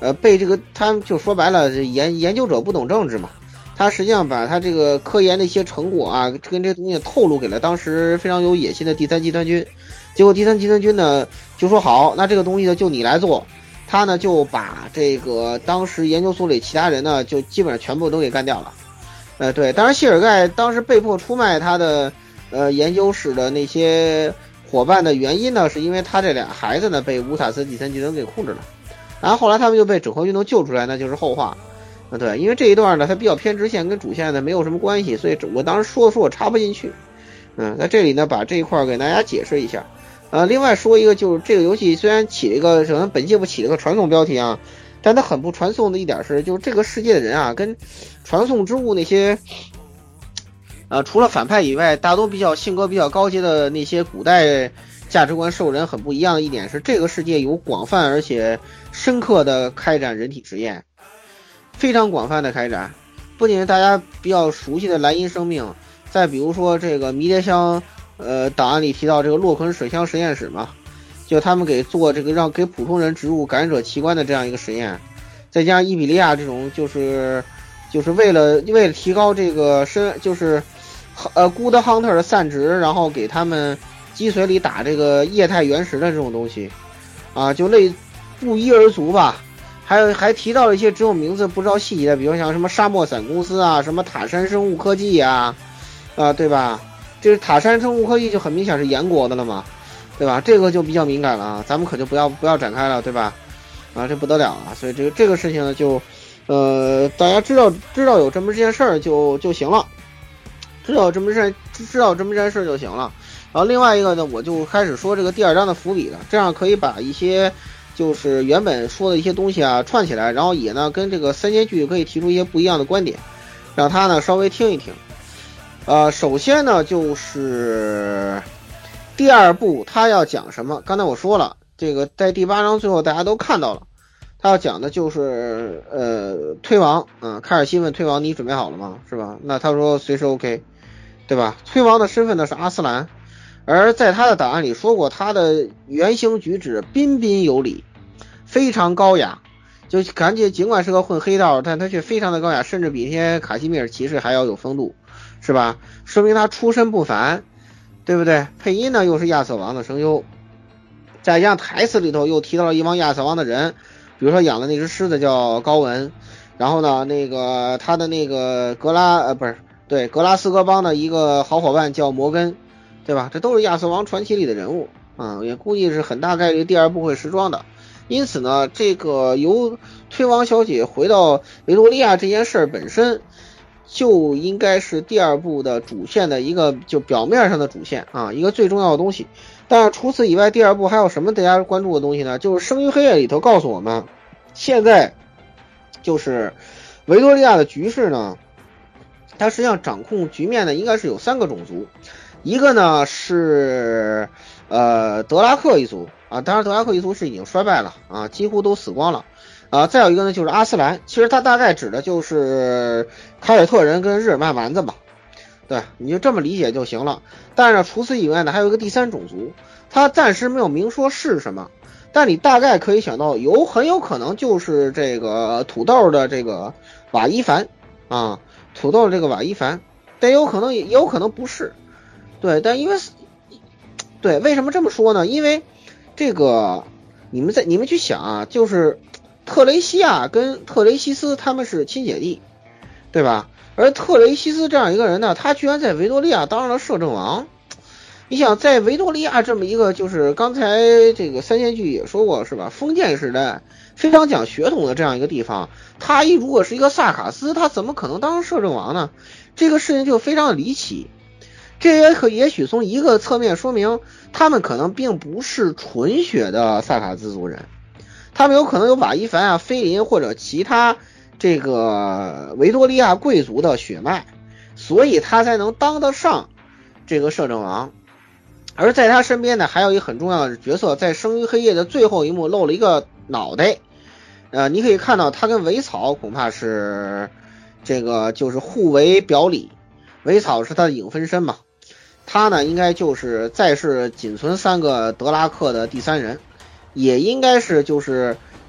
呃，被这个他们就说白了，研研究者不懂政治嘛，他实际上把他这个科研的一些成果啊，跟这东西透露给了当时非常有野心的第三集团军，结果第三集团军呢就说好，那这个东西呢就你来做，他呢就把这个当时研究所里其他人呢就基本上全部都给干掉了。呃，对，当然谢尔盖当时被迫出卖他的呃研究室的那些伙伴的原因呢，是因为他这俩孩子呢被乌塔斯第三集团给控制了。然后后来他们就被整合运动救出来，那就是后话。啊，对，因为这一段呢，它比较偏支线，跟主线呢没有什么关系，所以我当时说的说我插不进去。嗯，在这里呢，把这一块给大家解释一下。呃，另外说一个，就是这个游戏虽然起了一个，可能本季部起了个传送标题啊，但它很不传送的一点是，就是这个世界的人啊，跟传送之物那些，呃，除了反派以外，大多比较性格比较高阶的那些古代价值观兽人很不一样的一点是，这个世界有广泛而且深刻的开展人体实验，非常广泛的开展，不仅是大家比较熟悉的莱茵生命，再比如说这个迷迭香呃档案里提到这个洛肯水箱实验室嘛，就他们给做这个让给普通人植入感染者器官的这样一个实验，再加上伊比利亚这种就是就是为了为了提高这个身就是呃 Good Hunter 的散值，然后给他们脊髓里打这个液态原石的这种东西啊，就类不一而足吧。还有还提到了一些只有名字不知道细节的，比如像什么沙漠伞公司啊，什么塔山生物科技啊，啊对吧？这个塔山生物科技就很明显是严国的了嘛，对吧？这个就比较敏感了啊，咱们可就不要不要展开了，对吧？啊，这不得了啊！所以这个这个事情呢，就呃大家知道知道有这么这件事儿就就行了，知道有这么事知道这么这件事就行了。然后另外一个呢，我就开始说这个第二章的伏笔了，这样可以把一些就是原本说的一些东西啊串起来，然后也呢跟这个三间剧可以提出一些不一样的观点，让他呢稍微听一听。呃，首先呢就是第二部他要讲什么？刚才我说了，这个在第八章最后大家都看到了，他要讲的就是呃推王，嗯、呃，凯尔西问推王你准备好了吗？是吧？那他说随时 OK， 对吧？推王的身份呢是阿斯兰。而在他的档案里说过，他的言行举止彬彬有礼，非常高雅，就感觉尽管是个混黑道，但他却非常的高雅，甚至比那些卡西米尔骑士还要有风度，是吧？说明他出身不凡，对不对？配音呢又是亚瑟王的声优，再加上台词里头又提到了一帮亚瑟王的人，比如说养的那只狮子叫高文，然后呢那个他的那个格拉呃不是对格拉斯哥邦的一个好伙伴叫摩根，对吧？这都是亚瑟王传奇里的人物啊、嗯，也估计是很大概率第二部会时装的。因此呢，这个由推王小姐回到维多利亚这件事儿本身，就应该是第二部的主线的一个就表面上的主线啊，一个最重要的东西。但是除此以外，第二部还有什么大家关注的东西呢？就是《生于黑夜》里头告诉我们，现在就是维多利亚的局势呢，它实际上掌控局面的应该是有三个种族。一个呢是呃德拉克一族啊，当然德拉克一族是已经衰败了啊，几乎都死光了啊。再有一个呢就是阿斯兰，其实它大概指的就是凯尔特人跟日耳曼蛮子吧，对，你就这么理解就行了。但是除此以外呢，还有一个第三种族，它暂时没有明说是什么，但你大概可以想到，有很有可能就是这个土豆的这个瓦伊凡啊，土豆的这个瓦伊凡，但有可能也有可能不是。对，但因为对，为什么这么说呢？因为这个你们在你们去想啊，就是特雷西亚跟特雷西斯他们是亲姐弟，对吧？而特雷西斯这样一个人呢，他居然在维多利亚当上了摄政王。你想，在维多利亚这么一个就是刚才这个三线剧也说过是吧？封建时代非常讲血统的这样一个地方，他一如果是一个萨卡斯，他怎么可能当上摄政王呢？这个事情就非常的离奇。这也可也许从一个侧面说明，他们可能并不是纯血的萨卡兹族人，他们有可能有瓦伊凡啊、菲林或者其他这个维多利亚贵族的血脉，所以他才能当得上这个摄政王。而在他身边呢，还有一个很重要的角色，在《生于黑夜》的最后一幕露了一个脑袋，呃，你可以看到他跟维草恐怕是这个就是互为表里，维草是他的影分身嘛。他呢应该就是再是仅存三个德拉克的第三人，也应该是就是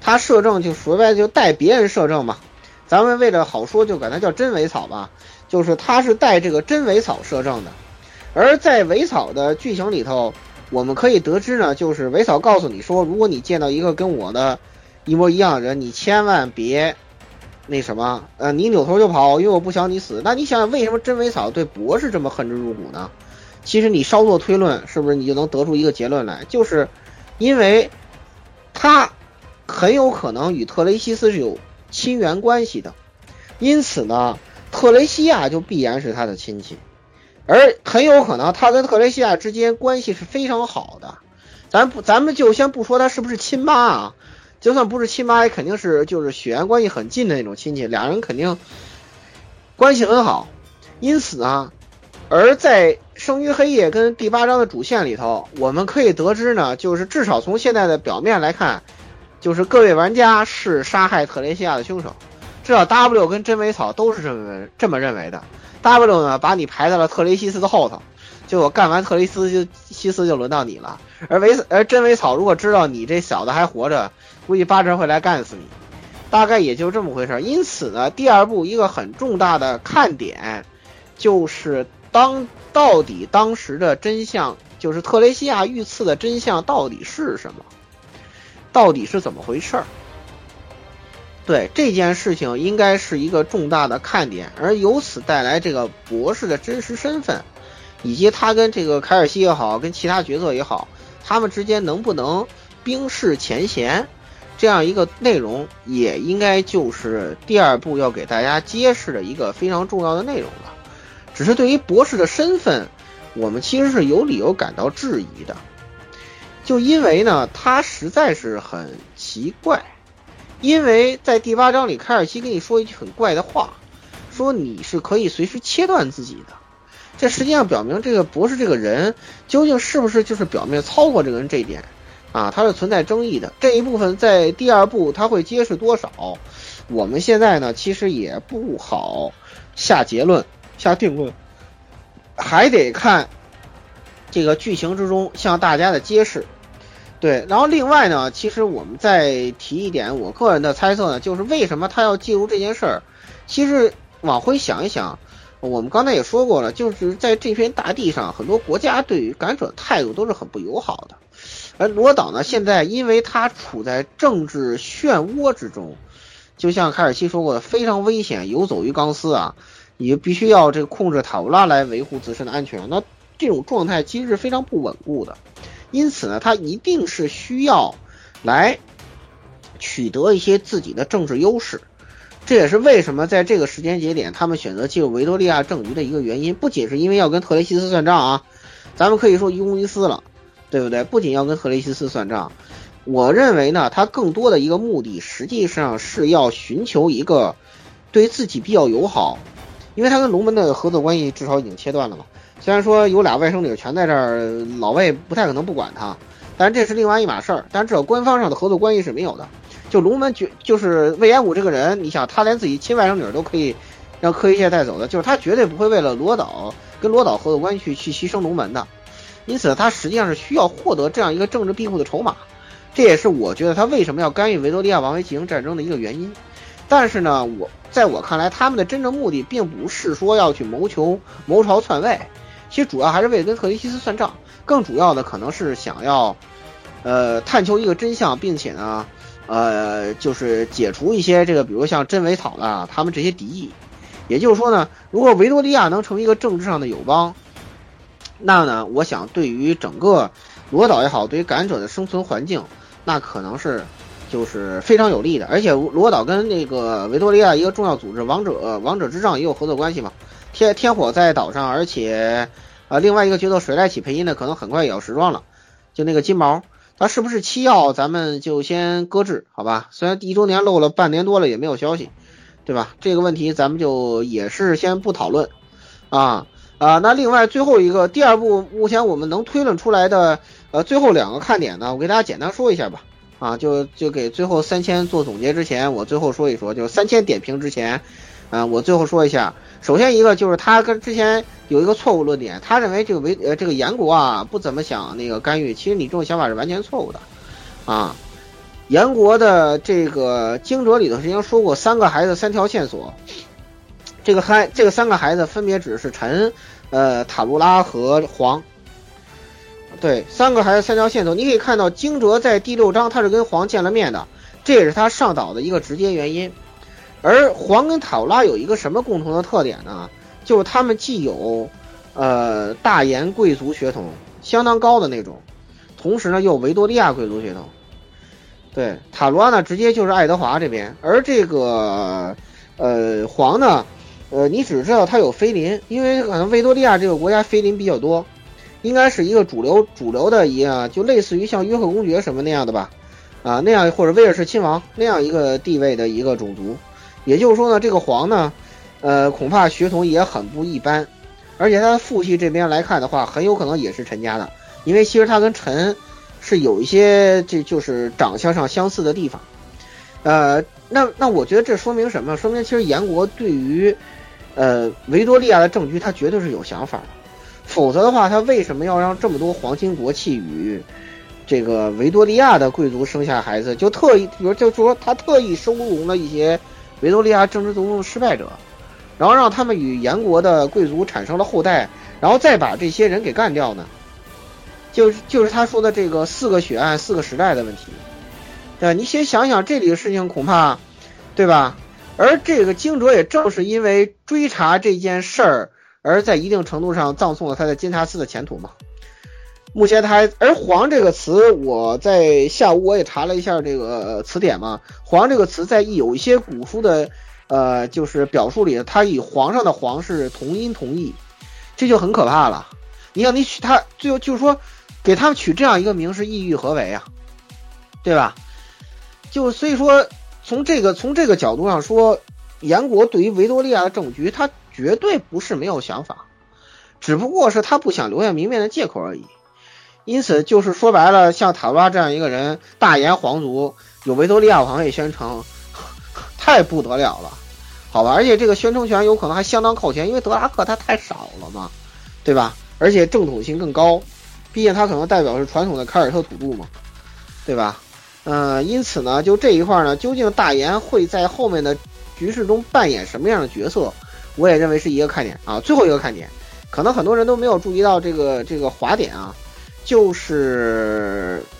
他摄政就说白了就带别人摄政嘛，咱们为了好说就管他叫真尾草吧，就是他是带这个真尾草摄政的。而在尾草的剧情里头，我们可以得知呢，就是尾草告诉你说，如果你见到一个跟我的一模一样的人，你千万别那什么，呃，你扭头就跑，因为我不想你死。那你想想，为什么真尾草对博士这么恨之入骨呢？其实你稍作推论，是不是你就能得出一个结论来，就是因为他很有可能与特雷西斯是有亲缘关系的，因此呢，特雷西亚就必然是他的亲戚。而很有可能他跟特雷西亚之间关系是非常好的，咱不咱们就先不说他是不是亲妈啊，就算不是亲妈也肯定是就是血缘关系很近的那种亲戚，两人肯定关系很好。因此啊，而在生于黑夜跟第八章的主线里头，我们可以得知呢，就是至少从现在的表面来看，就是各位玩家是杀害特雷西亚的凶手，至少 W 跟真尾草都是这么这么认为的。W 呢，把你排在了特雷西斯的后头，就我干完特雷西西斯就轮到你了。而维而真尾草如果知道你这小子还活着，估计八成会来干死你，大概也就这么回事。因此呢，第二部一个很重大的看点就是当到底当时的真相，就是特雷西亚遇刺的真相到底是什么，到底是怎么回事儿。对，这件事情应该是一个重大的看点，而由此带来这个博士的真实身份，以及他跟这个凯尔西也好，跟其他角色也好，他们之间能不能冰释前嫌，这样一个内容也应该就是第二部要给大家揭示的一个非常重要的内容了。只是对于博士的身份，我们其实是有理由感到质疑的，就因为呢，他实在是很奇怪。因为在第八章里，凯尔西跟你说一句很怪的话，说你是可以随时切断自己的。这实际上表明这个博士这个人究竟是不是就是表面操作这个人这一点啊，他是存在争议的。这一部分在第二部他会揭示多少，我们现在呢其实也不好下结论下定论，还得看这个剧情之中向大家的揭示。对，然后另外呢，其实我们再提一点我个人的猜测呢，就是为什么他要介入这件事儿。其实往回想一想，我们刚才也说过了，就是在这片大地上，很多国家对于感染者态度都是很不友好的。而罗岛呢，现在因为他处在政治漩涡之中，就像凯尔西说过的，非常危险，游走于钢丝啊，也必须要这个控制塔乌拉来维护自身的安全。那这种状态其实是非常不稳固的。因此呢，他一定是需要来取得一些自己的政治优势，这也是为什么在这个时间节点他们选择进入维多利亚政局的一个原因。不仅是因为要跟特雷西斯算账啊，咱们可以说于公于私了，对不对？不仅要跟特雷西斯算账，我认为呢，他更多的一个目的实际上是要寻求一个对自己比较友好，因为他跟龙门的合作关系至少已经切断了嘛。虽然说有俩外甥女全在这儿，老魏不太可能不管他，但是这是另外一码事儿。但是至少官方上的合作关系是没有的。就龙门绝就是魏延武这个人，你想他连自己亲外甥女都可以让柯一切带走的，就是他绝对不会为了罗岛跟罗岛合作关系去去牺牲龙门的。因此他实际上是需要获得这样一个政治庇护的筹码，这也是我觉得他为什么要干预维多利亚王位进行战争的一个原因。但是呢，我在我看来，他们的真正目的并不是说要去谋求谋朝篡位。其实主要还是为了跟特雷西斯算账，更主要的可能是想要，呃，探求一个真相，并且呢，呃，就是解除一些这个，比如像真尾草啦，他们这些敌意。也就是说呢，如果维多利亚能成为一个政治上的友邦，那呢，我想对于整个罗岛也好，对于感染者的生存环境，那可能是就是非常有利的。而且罗岛跟那个维多利亚一个重要组织王者王者之杖也有合作关系嘛。天天火在岛上，而且呃，另外一个角色水来起配音的可能很快也要时装了，就那个金毛，他是不是七曜咱们就先搁置好吧，虽然一周年漏了半年多了也没有消息，对吧？这个问题咱们就也是先不讨论啊啊。那另外最后一个第二部目前我们能推论出来的呃最后两个看点呢，我给大家简单说一下吧啊，就就给最后三千做总结之前，我最后说一说，就三千点评之前啊，我最后说一下。首先一个就是他跟之前有一个错误论点，他认为这个维呃这个严国啊不怎么想那个干预，其实你这种想法是完全错误的啊。 燕国的这个经哲里头之前说过三个孩子三条线索，这个孩这个三个孩子分别指是陈、呃塔卢拉和黄。对，三个孩子三条线索，你可以看到惊蛰在第六章他是跟黄见了面的，这也是他上岛的一个直接原因。而黄跟塔卢拉有一个什么共同的特点呢？就是他们既有呃大延贵族血统相当高的那种，同时呢又有维多利亚贵族血统。对，塔卢拉呢直接就是爱德华这边，而这个呃黄呢，呃你只知道他有菲林，因为可能维多利亚这个国家菲林比较多，应该是一个主流主流的一样，就类似于像约克公爵什么那样的吧，啊那样或者威尔士亲王那样一个地位的一个种族。也就是说呢，这个黄呢，呃恐怕血统也很不一般，而且他的父系这边来看的话，很有可能也是陈家的，因为其实他跟陈是有一些这就是长相上相似的地方。呃，那那我觉得这说明什么？说明其实燕国对于呃维多利亚的政局，他绝对是有想法的。否则的话，他为什么要让这么多皇亲国戚与这个维多利亚的贵族生下孩子？就特意，比如就说他特意收容了一些维多利亚政治斗争的失败者，然后让他们与燕国的贵族产生了后代，然后再把这些人给干掉呢？就是就是他说的这个四个血案、四个时代的问题。对，你先想想这里的事情，恐怕，对吧？而这个惊蛰也正是因为追查这件事儿，而在一定程度上葬送了他在金塔斯的前途嘛。目前他还，而黄这个词，我在下午我也查了一下这个词典嘛，黄这个词在有一些古书的呃就是表述里，它与皇上的皇是同音同义，这就很可怕了。你想你取他最后就是说给他们取这样一个名是意欲何为啊？对吧？就所以说从这个从这个角度上说，燕国对于维多利亚的政局，他绝对不是没有想法，只不过是他不想留下明面的借口而已。因此就是说白了，像塔卢拉这样一个人，大延皇族有维多利亚王位宣称，太不得了了，好吧？而且这个宣称权有可能还相当靠前，因为德拉克他太少了嘛，对吧？而且正统性更高，毕竟他可能代表是传统的凯尔特土著嘛，对吧？呃，因此呢，就这一块呢，究竟大延会在后面的局势中扮演什么样的角色，我也认为是一个看点啊。最后一个看点，可能很多人都没有注意到这个这个滑点啊。就是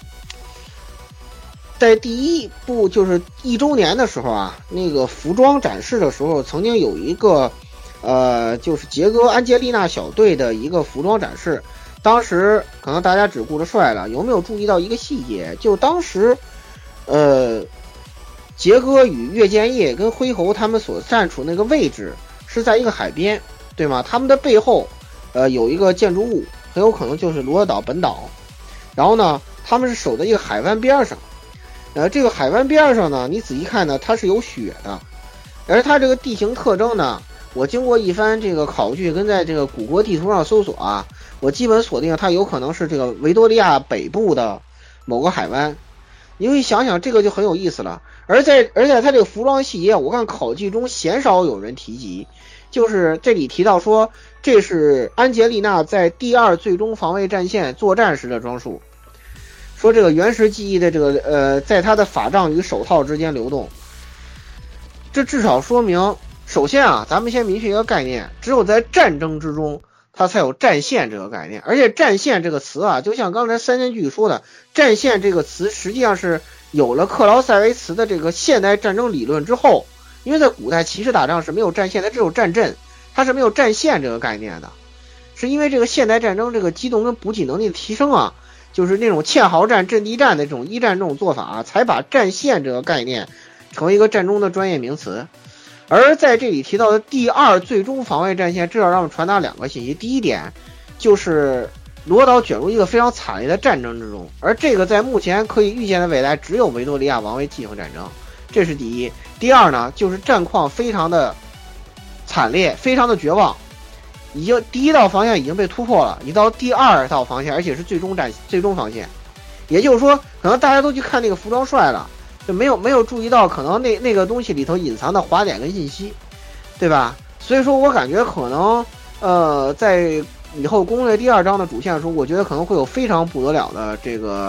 在第一部就是一周年的时候啊，那个服装展示的时候，曾经有一个呃，就是杰哥安杰丽娜小队的一个服装展示。当时可能大家只顾着帅了，有没有注意到一个细节？就当时呃，杰哥与月见叶跟灰猴他们所站处那个位置是在一个海边，对吗？他们的背后呃有一个建筑物。很有可能就是罗德岛本岛，然后呢，他们是守在一个海湾边上，呃，这个海湾边上呢，你仔细看呢，它是有雪的，而它这个地形特征呢，我经过一番这个考据跟在这个古国地图上搜索啊，我基本锁定它有可能是这个维多利亚北部的某个海湾。你会想想这个就很有意思了，而在而在它这个服装细节，我看考据中鲜少有人提及。就是这里提到说，这是安杰丽娜在第二最终防卫战线作战时的装束。说这个原始记忆的这个呃，在她的法杖与手套之间流动。这至少说明，首先啊，咱们先明确一个概念，只有在战争之中，它才有战线这个概念。而且战线这个词啊，就像刚才三千句说的，战线这个词实际上是有了克劳塞维茨的这个现代战争理论之后。因为在古代骑士打仗是没有战线，它只有战阵，它是没有战线这个概念的。是因为这个现代战争这个机动跟补给能力的提升啊，就是那种堑壕战、阵地战的这种一战这种做法啊，才把战线这个概念成为一个战中的专业名词。而在这里提到的第二最终防卫战线，至少让我们传达两个信息。第一点就是罗岛卷入一个非常惨烈的战争之中，而这个在目前可以预见的未来，只有维多利亚王位进行战争。这是第一。第二呢，就是战况非常的惨烈，非常的绝望，已经第一道防线已经被突破了，你到第二道防线，而且是最终战最终防线。也就是说，可能大家都去看那个服装帅了，就没有没有注意到可能那那个东西里头隐藏的滑点跟信息，对吧？所以说我感觉可能呃，在以后攻略第二章的主线的时候，我觉得可能会有非常不得了的这个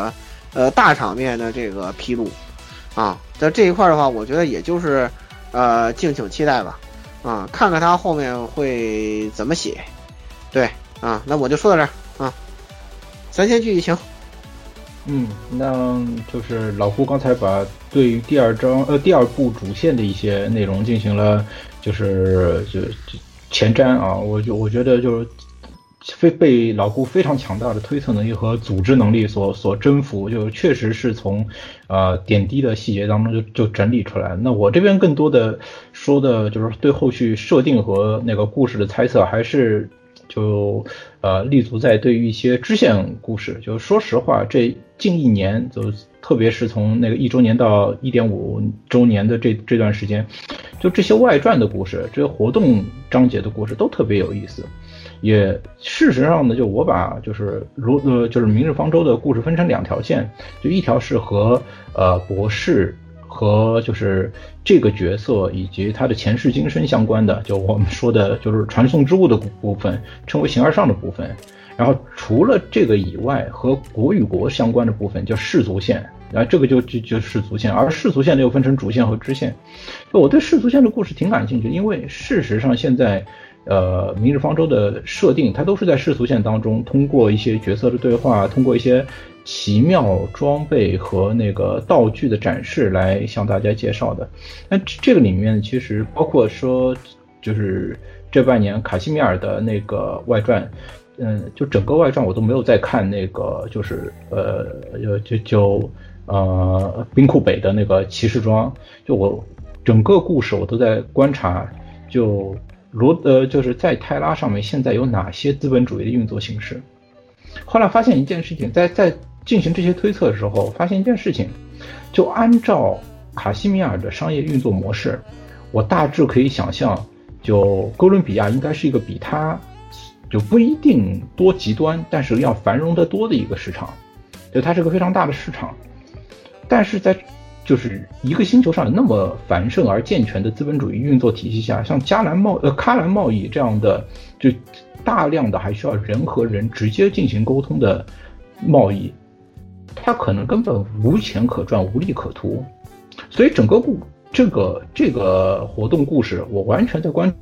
呃大场面的这个披露啊。在这一块的话，我觉得也就是呃敬请期待吧，啊，看看他后面会怎么写。对啊，那我就说到这儿啊。三千剧情。 嗯，那就是老胡刚才把对于第二章呃第二部主线的一些内容进行了就是就就前瞻啊，我就我觉得就是非被老胡非常强大的推测能力和组织能力所所征服，就确实是从呃点滴的细节当中就就整理出来。那我这边更多的说的就是对后续设定和那个故事的猜测，还是就呃立足在对于一些支线故事。就说实话，这近一年，就特别是从那个一周年到一点五周年的这这段时间，就这些外传的故事，这些活动章节的故事都特别有意思。也事实上呢，就我把就是如呃就是明日方舟的故事分成两条线，就一条是和呃博士和就是这个角色以及他的前世今生相关的，就我们说的就是传送之物的部分，称为形而上的部分。然后除了这个以外，和国与国相关的部分叫世族线，然后这个就就就世族线，而世族线呢又分成主线和支线。就我对世族线的故事挺感兴趣，因为事实上现在呃明日方舟的设定，它都是在世俗线当中，通过一些角色的对话，通过一些奇妙装备和那个道具的展示来向大家介绍的。那这个里面其实包括说，就是这半年卡西米尔的那个外传，嗯，就整个外传我都没有再看那个，就是呃就就呃冰库北的那个骑士庄，就我整个故事我都在观察，就罗呃就是在泰拉上面现在有哪些资本主义的运作形式。后来发现一件事情，在在进行这些推测的时候，发现一件事情，就按照卡西米尔的商业运作模式，我大致可以想象，就哥伦比亚应该是一个比它就不一定多极端，但是要繁荣得多的一个市场，就它是个非常大的市场。但是在就是一个星球上有那么繁盛而健全的资本主义运作体系下，像加兰贸呃喀兰贸易这样的，就大量的还需要人和人直接进行沟通的贸易，它可能根本无钱可赚，无利可图。所以整个故这个这个活动故事，我完全在关注。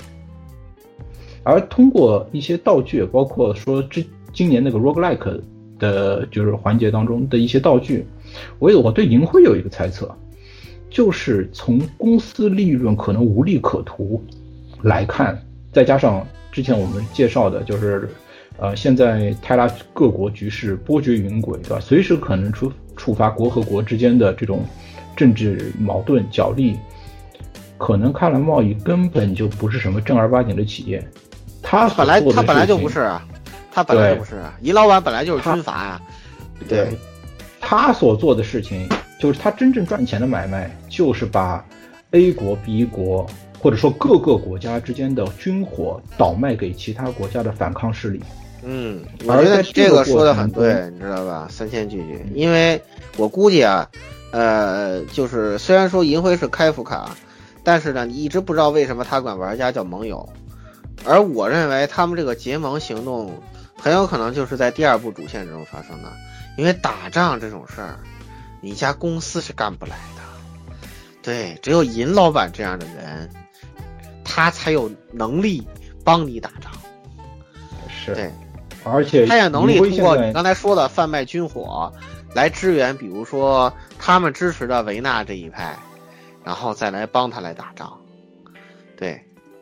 而通过一些道具，包括说之今年那个 roguelike 的就是环节当中的一些道具，我有我对银辉有一个猜测，就是从公司利润可能无利可图来看，再加上之前我们介绍的就是呃现在泰拉各国局势波谲云诡，对吧？随时可能触触发国和国之间的这种政治矛盾角力，可能喀兰贸易根本就不是什么正儿八经的企业。他本来他本来就不是啊，他本来就不是啊，尹老板本来就是军阀啊。对， 他所做的事情就是他真正赚钱的买卖，就是把 A 国 B 国或者说各个国家之间的军火倒卖给其他国家的反抗势力。 嗯，我觉得这个说的很对，你知道吧？三千句句，因为我估计啊，呃，就是虽然说银辉是开服卡，但是呢，你一直不知道为什么他管玩家叫盟友。而我认为他们这个结盟行动很有可能就是在第二部主线之中发生的，因为打仗这种事儿，你家公司是干不来的。对，只有银老板这样的人，他才有能力帮你打仗。 是， 对， 而且他有能力通过你刚才说的贩卖军火来支援，比如说他们支持的维纳这一派，然后再来帮他来打仗。对。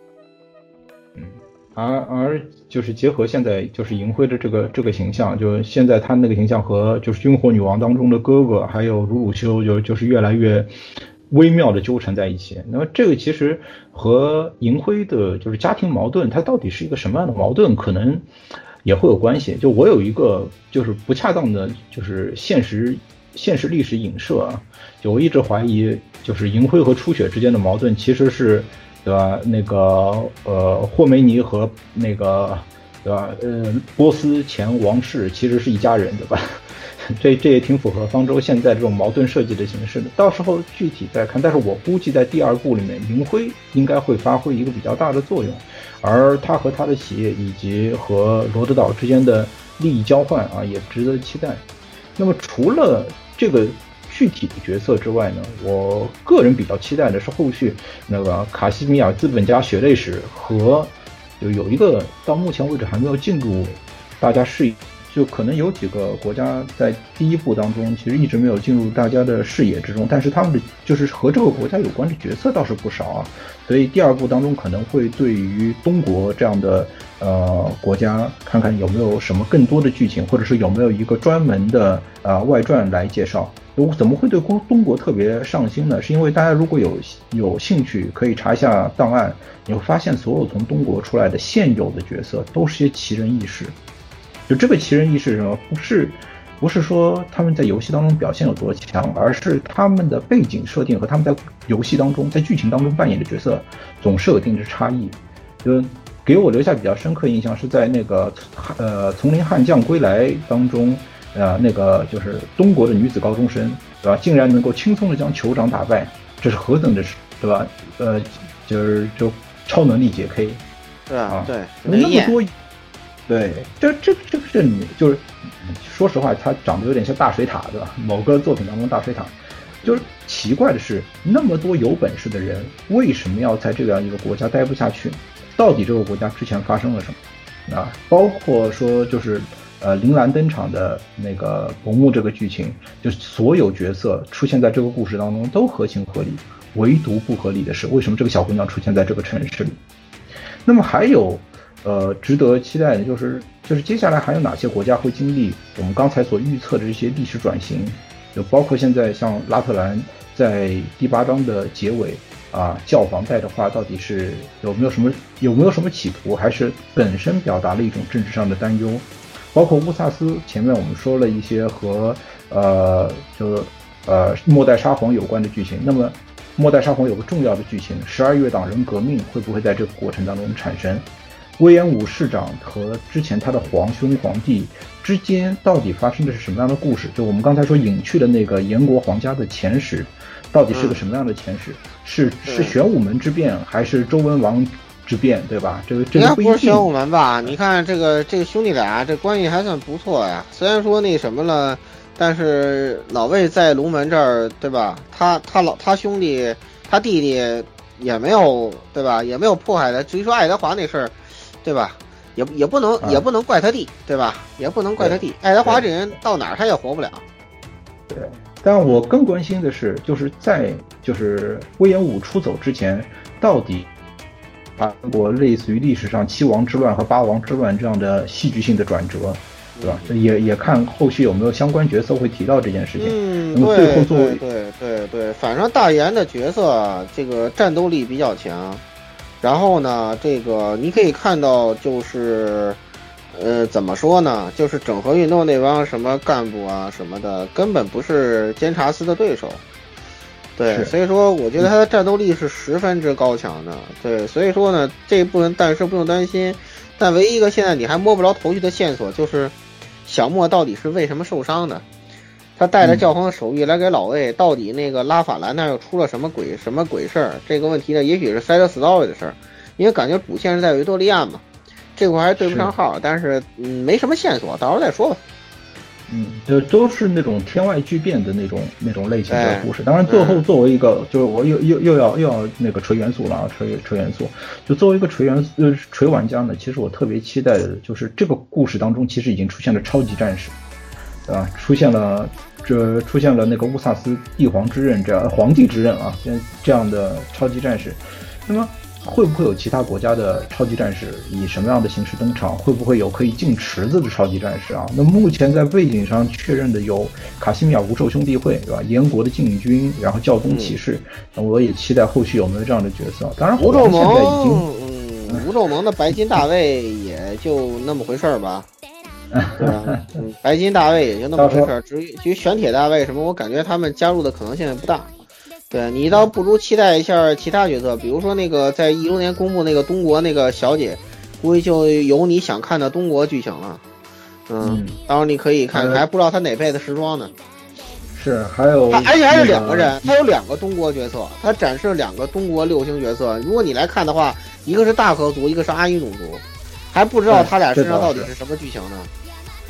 而而就是结合现在就是银辉的这个这个形象，就现在他那个形象和就是军火女王当中的哥哥还有鲁鲁修就就是越来越微妙的纠缠在一起。那么这个其实和银辉的就是家庭矛盾，它到底是一个什么样的矛盾，可能也会有关系。就我有一个就是不恰当的就是现实现实历史影射啊，就我一直怀疑就是银辉和初雪之间的矛盾其实是。对吧？那个呃，霍梅尼和那个对吧？呃，波斯前王室其实是一家人，对吧？这这也挺符合方舟现在这种矛盾设计的形式的。到时候具体再看，但是我估计在第二部里面，银辉应该会发挥一个比较大的作用，而他和他的企业以及和罗德岛之间的利益交换啊，也值得期待。 那么除了这个具体的角色之外呢，我个人比较期待的是后续那个卡西米亚资本家血泪史和就有一个到目前为止还没有进入大家视野，就可能有几个国家在第一部当中其实一直没有进入大家的视野之中，但是他们的就是和这个国家有关的角色倒是不少啊，所以第二部当中可能会对于东国这样的呃国家看看有没有什么更多的剧情，或者是有没有一个专门的呃外传来介绍。我怎么会对东国特别上心呢？是因为大家如果有有兴趣可以查一下档案，你会发现所有从东国出来的现有的角色都是些奇人异事。就这个奇人异事什么，不是不是说他们在游戏当中表现有多强，而是他们的背景设定和他们在游戏当中在剧情当中扮演的角色总是有一定的差异。就给我留下比较深刻印象是在那个呃丛林悍将归来当中，呃那个就是东国的女子高中生，对吧？竟然能够轻松的将酋长打败，这是何等的事，对吧？呃，就是就超能力解 K， 对啊，对， 那么多。对，这这这个是你就是，说实话，他长得有点像大水獭，对吧？某个作品当中大水獭，就是奇怪的是，那么多有本事的人，为什么要在这样一个国家待不下去？到底这个国家之前发生了什么？啊，包括说就是呃，铃兰登场的那个红木这个剧情，就是所有角色出现在这个故事当中都合情合理，唯独不合理的是，为什么这个小姑娘出现在这个城市里？那么还有。呃，值得期待的就是，就是接下来还有哪些国家会经历我们刚才所预测的这些历史转型？就包括现在像拉特兰在第八章的结尾啊，教皇带的话到底是有没有什么有没有什么企图，还是本身表达了一种政治上的担忧？包括乌萨斯，前面我们说了一些和呃，就呃末代沙皇有关的剧情。那么末代沙皇有个重要的剧情，十二月党人革命会不会在这个过程当中产生？威严武市长和之前他的皇兄皇帝之间到底发生的是什么样的故事？就我们刚才说隐去的那个炎国皇家的前史，到底是个什么样的前史？嗯、是是玄武门之变，还是周文王之变，对吧？这个这个应该不是玄武门吧？你看这个这个兄弟俩这关系还算不错呀，虽然说那什么了，但是老魏在龙门这儿，对吧？他他老他兄弟他弟弟也没有，对吧？也没有迫害他。至于说爱德华那事儿。对吧？也也不能也不能怪他弟，对吧？也不能怪他弟。爱德华这人到哪儿他也活不了。 对，但我更关心的是，就是在就是威严武出走之前，到底韩国类似于历史上七王之乱和八王之乱这样的戏剧性的转折，对吧？也也看后续有没有相关角色会提到这件事情。 嗯， 那么最后作为对对对对，反正大岩的角色这个战斗力比较强。然后呢，这个你可以看到，就是，呃，怎么说呢？就是整合运动那帮什么干部啊什么的，根本不是监察司的对手。对，所以说我觉得他的战斗力是十分之高强的。对，所以说呢，这一部分但是不用担心。但唯一一个现在你还摸不着头绪的线索，就是小莫到底是为什么受伤的？他带着教皇的手谕来给老魏，到底那个拉法兰那又出了什么鬼什么鬼事儿？这个问题呢，也许是 side story 的事儿，因为感觉主线是在维多利亚嘛，这块还对不上号，但是嗯没什么线索，到时候再说吧。 嗯，就都是那种天外巨变的那种那种类型的故事。当然，最后作为一个，嗯、就是我又又又要又要那个锤元素了啊，锤锤元素。就作为一个锤元素呃锤玩家呢，其实我特别期待的就是这个故事当中，其实已经出现了超级战士。啊，出现了，这出现了那个乌萨斯帝皇之刃这样皇帝之刃啊，这样的超级战士。那么会不会有其他国家的超级战士以什么样的形式登场？会不会有可以进池子的超级战士啊？那目前在背景上确认的有卡西米亚无兽兄弟会，对吧？燕国的禁军，然后教宗骑士。那、嗯、我也期待后续有没有这样的角色。当然， 无兽盟现在已经， 嗯，无兽盟的白金大卫也就那么回事儿吧。对吧？嗯，白金大卫也就那么回事儿。至于至于玄铁大卫什么，我感觉他们加入的可能性不大。对，你倒不如期待一下其他角色，比如说那个在一周年公布那个东国那个小姐，估计就有你想看的东国剧情了。嗯，当然你可以看，还不知道他哪辈的时装呢。 是，还有， 而且还是两个人，他有两个东国角色，他展示了两个东国六星角色。如果你来看的话，一个是大河族，一个是阿伊种族。还不知道他俩身上到底是什么剧情呢？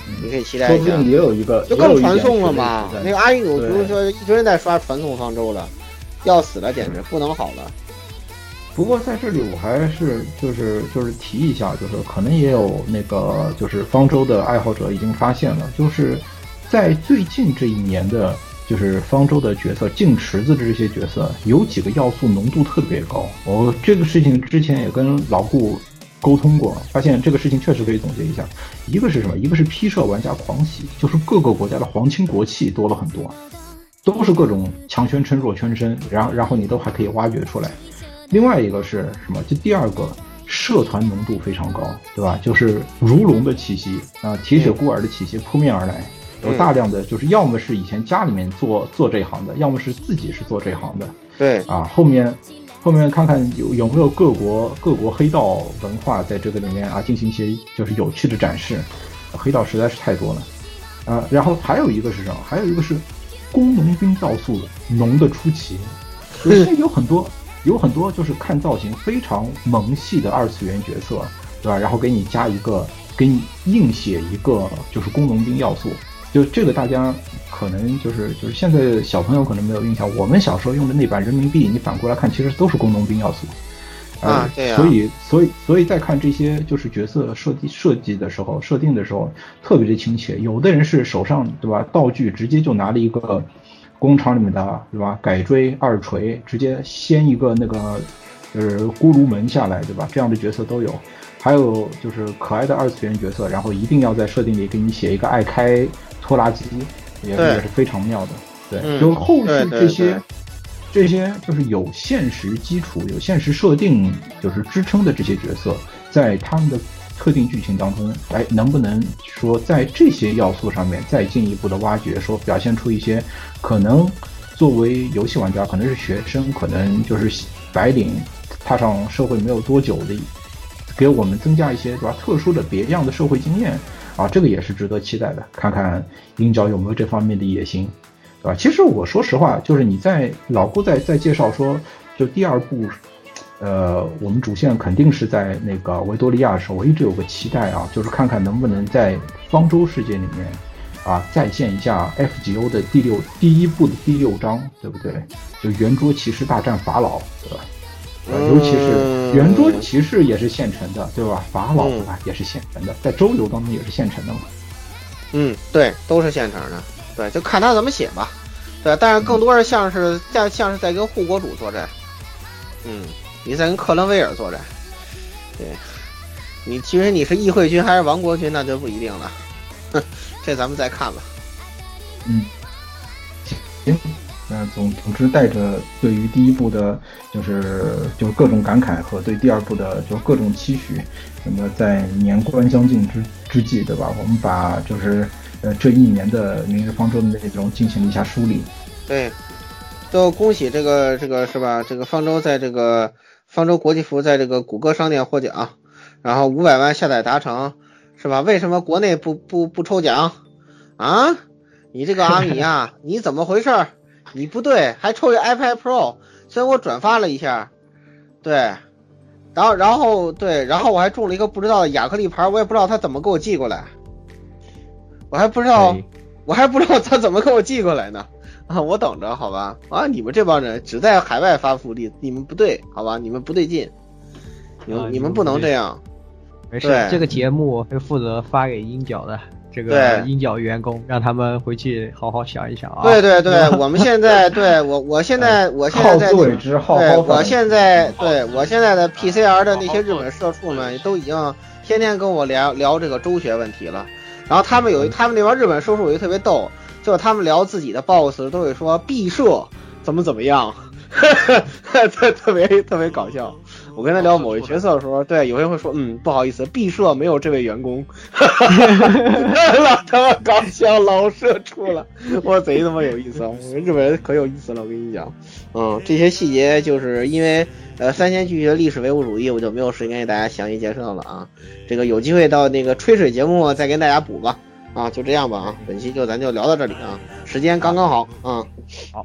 你可以期待一下。 说不定也有一个， 就更传送了嘛。那个阿伊努不是说一堆人在刷传送方舟了，要死了，简直不能好了。 不过在这里我还是就是就是提一下，就是可能也有那个就是方舟的爱好者已经发现了，就是在最近这一年的，就是方舟的角色进池子的这些角色，有几个要素浓度特别高。我这个事情之前也跟老顾沟通过，发现这个事情确实可以总结一下。一个是什么？一个是批社玩家狂喜，就是各个国家的皇亲国戚多了很多，都是各种强宣称弱宣称，然后然后你都还可以挖掘出来。另外一个是什么？就第二个，社团浓度非常高，对吧？就是如龙的气息啊，铁血孤儿的气息扑面而来，有大量的就是要么是以前家里面做做这行的，要么是自己是做这行的。 对啊，后面后面看看有有没有各国各国黑道文化在这个里面啊进行一些就是有趣的展示。黑道实在是太多了啊。然后还有一个是什么？还有一个是工农兵要素浓的出奇，现在有很多。有很多就是看造型非常萌系的二次元角色，对吧？然后给你加一个，给你硬写一个就是工农兵要素，就这个大家可能就是就是现在小朋友可能没有印象，我们小时候用的那版人民币，你反过来看其实都是工农兵要素，呃、 啊，对啊。 所以所以所以在看这些就是角色设计设计的时候，设定的时候特别的亲切。有的人是手上对吧道具直接就拿了一个。工厂里面的对吧？改锥二锤直接掀一个那个就是锅炉门下来，对吧？这样的角色都有。还有就是可爱的二次元角色，然后一定要在设定里给你写一个爱开拖拉机，也也是非常妙的。对， 嗯、 就后续这些对对对这些就是有现实基础、有现实设定就是支撑的这些角色，在他们的特定剧情当中，哎，能不能说在这些要素上面再进一步的挖掘，说表现出一些可能作为游戏玩家，可能是学生，可能就是白领踏上社会没有多久的，给我们增加一些对吧特殊的别样的社会经验啊，这个也是值得期待的。看看鹰角有没有这方面的野心，对吧？其实我说实话，就是你在老顾在在介绍说，就第二部。呃，我们主线肯定是在那个维多利亚的时候，我一直有个期待啊，就是看看能不能在方舟世界里面啊再现一下 F G O 的第六第一部的第六章，对不对？就圆桌骑士大战法老，对吧？呃，尤其是圆桌骑士也是现成的，对吧？法老对吧也是现成的，在周游当中也是现成的嘛。 嗯，对，都是现成的，对，就看他怎么写吧。对，但是更多是像是在像是在跟护国主作战，嗯。你在跟克伦威尔作战，对，你其实你是议会军还是王国军那就不一定了，哼，这咱们再看吧。 嗯，行，那总总之带着对于第一部的，就是就是各种感慨和对第二部的就各种期许，那么在年关将近之之际，对吧？我们把就是呃这一年的明日方舟的内容进行了一下梳理。 对，就恭喜这个这个是吧？这个方舟在这个。方舟国际服在这个谷歌商店获奖，然后五百万下载达成，是吧？为什么国内不不不抽奖啊？你这个阿米啊，你怎么回事？你不对，还抽一 iPad Pro， 虽然我转发了一下，对，然后然后对，然后我还中了一个不知道的亚克力牌，我也不知道他怎么给我寄过来，我还不知道，我还不知道他怎么给我寄过来呢。啊，我等着，好吧？啊，你们这帮人只在海外发福利，你们不对，好吧？你们不对劲，你们、啊、你们不能这样。 没事，这个节目会负责发给鹰角的这个鹰角员工，让他们回去好好想一想啊。 对对对，我们现在对我我现在我现在在对，对我现在对我现在的 P C R 的那些日本社畜们都已经天天跟我聊聊这个周学问题了，然后他们有他们那帮日本社畜有一个特别逗。就他们聊自己的 boss 都会说毕设怎么怎么样，特特别特别搞笑。我跟他聊某一角色的时候，对，有人会说，嗯，不好意思，毕设没有这位员工，老他妈搞笑，老社畜了，我贼他妈有意思啊！日本人可有意思了，我跟你讲，嗯，这些细节就是因为呃三千剧的历史唯物主义，我就没有时间给大家详细介绍了啊。这个有机会到那个吹水节目再跟大家补吧。啊，就这样吧啊，本期就咱就聊到这里啊，时间刚刚好啊。 好，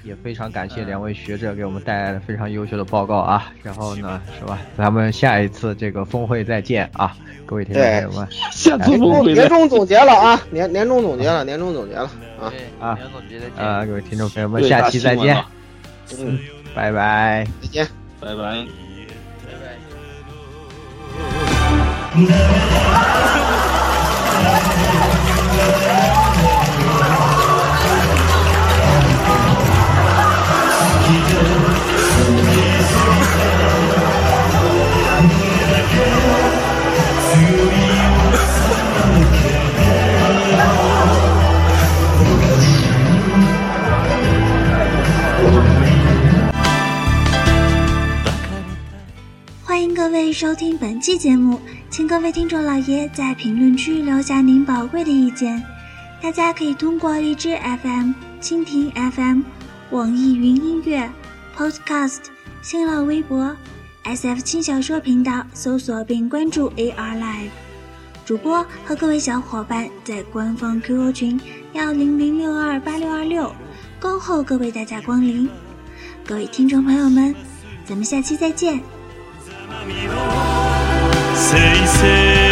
也非常感谢两位学者给我们带来了非常优秀的报告啊。然后呢，是吧？咱们下一次这个峰会再见啊，各位听众朋友们。 下次峰会年终总结了啊，年年终总结了，年终总结了啊啊，年终总结再见啊，各位听众朋友们，下期再见。 嗯， 拜拜， 再见， 拜拜。 欢迎各位收听本期节目，请各位听众老爷在评论区留下您宝贵的意见。大家可以通过荔枝 F M、蜻蜓 F M、网易云音乐、Podcast、新浪微博、S F 轻小说频道搜索并关注 A R Live。主播和各位小伙伴在官方 Q Q 群幺零零六二八六二六恭候各位大驾光临。各位听众朋友们，咱们下期再见。 せいせい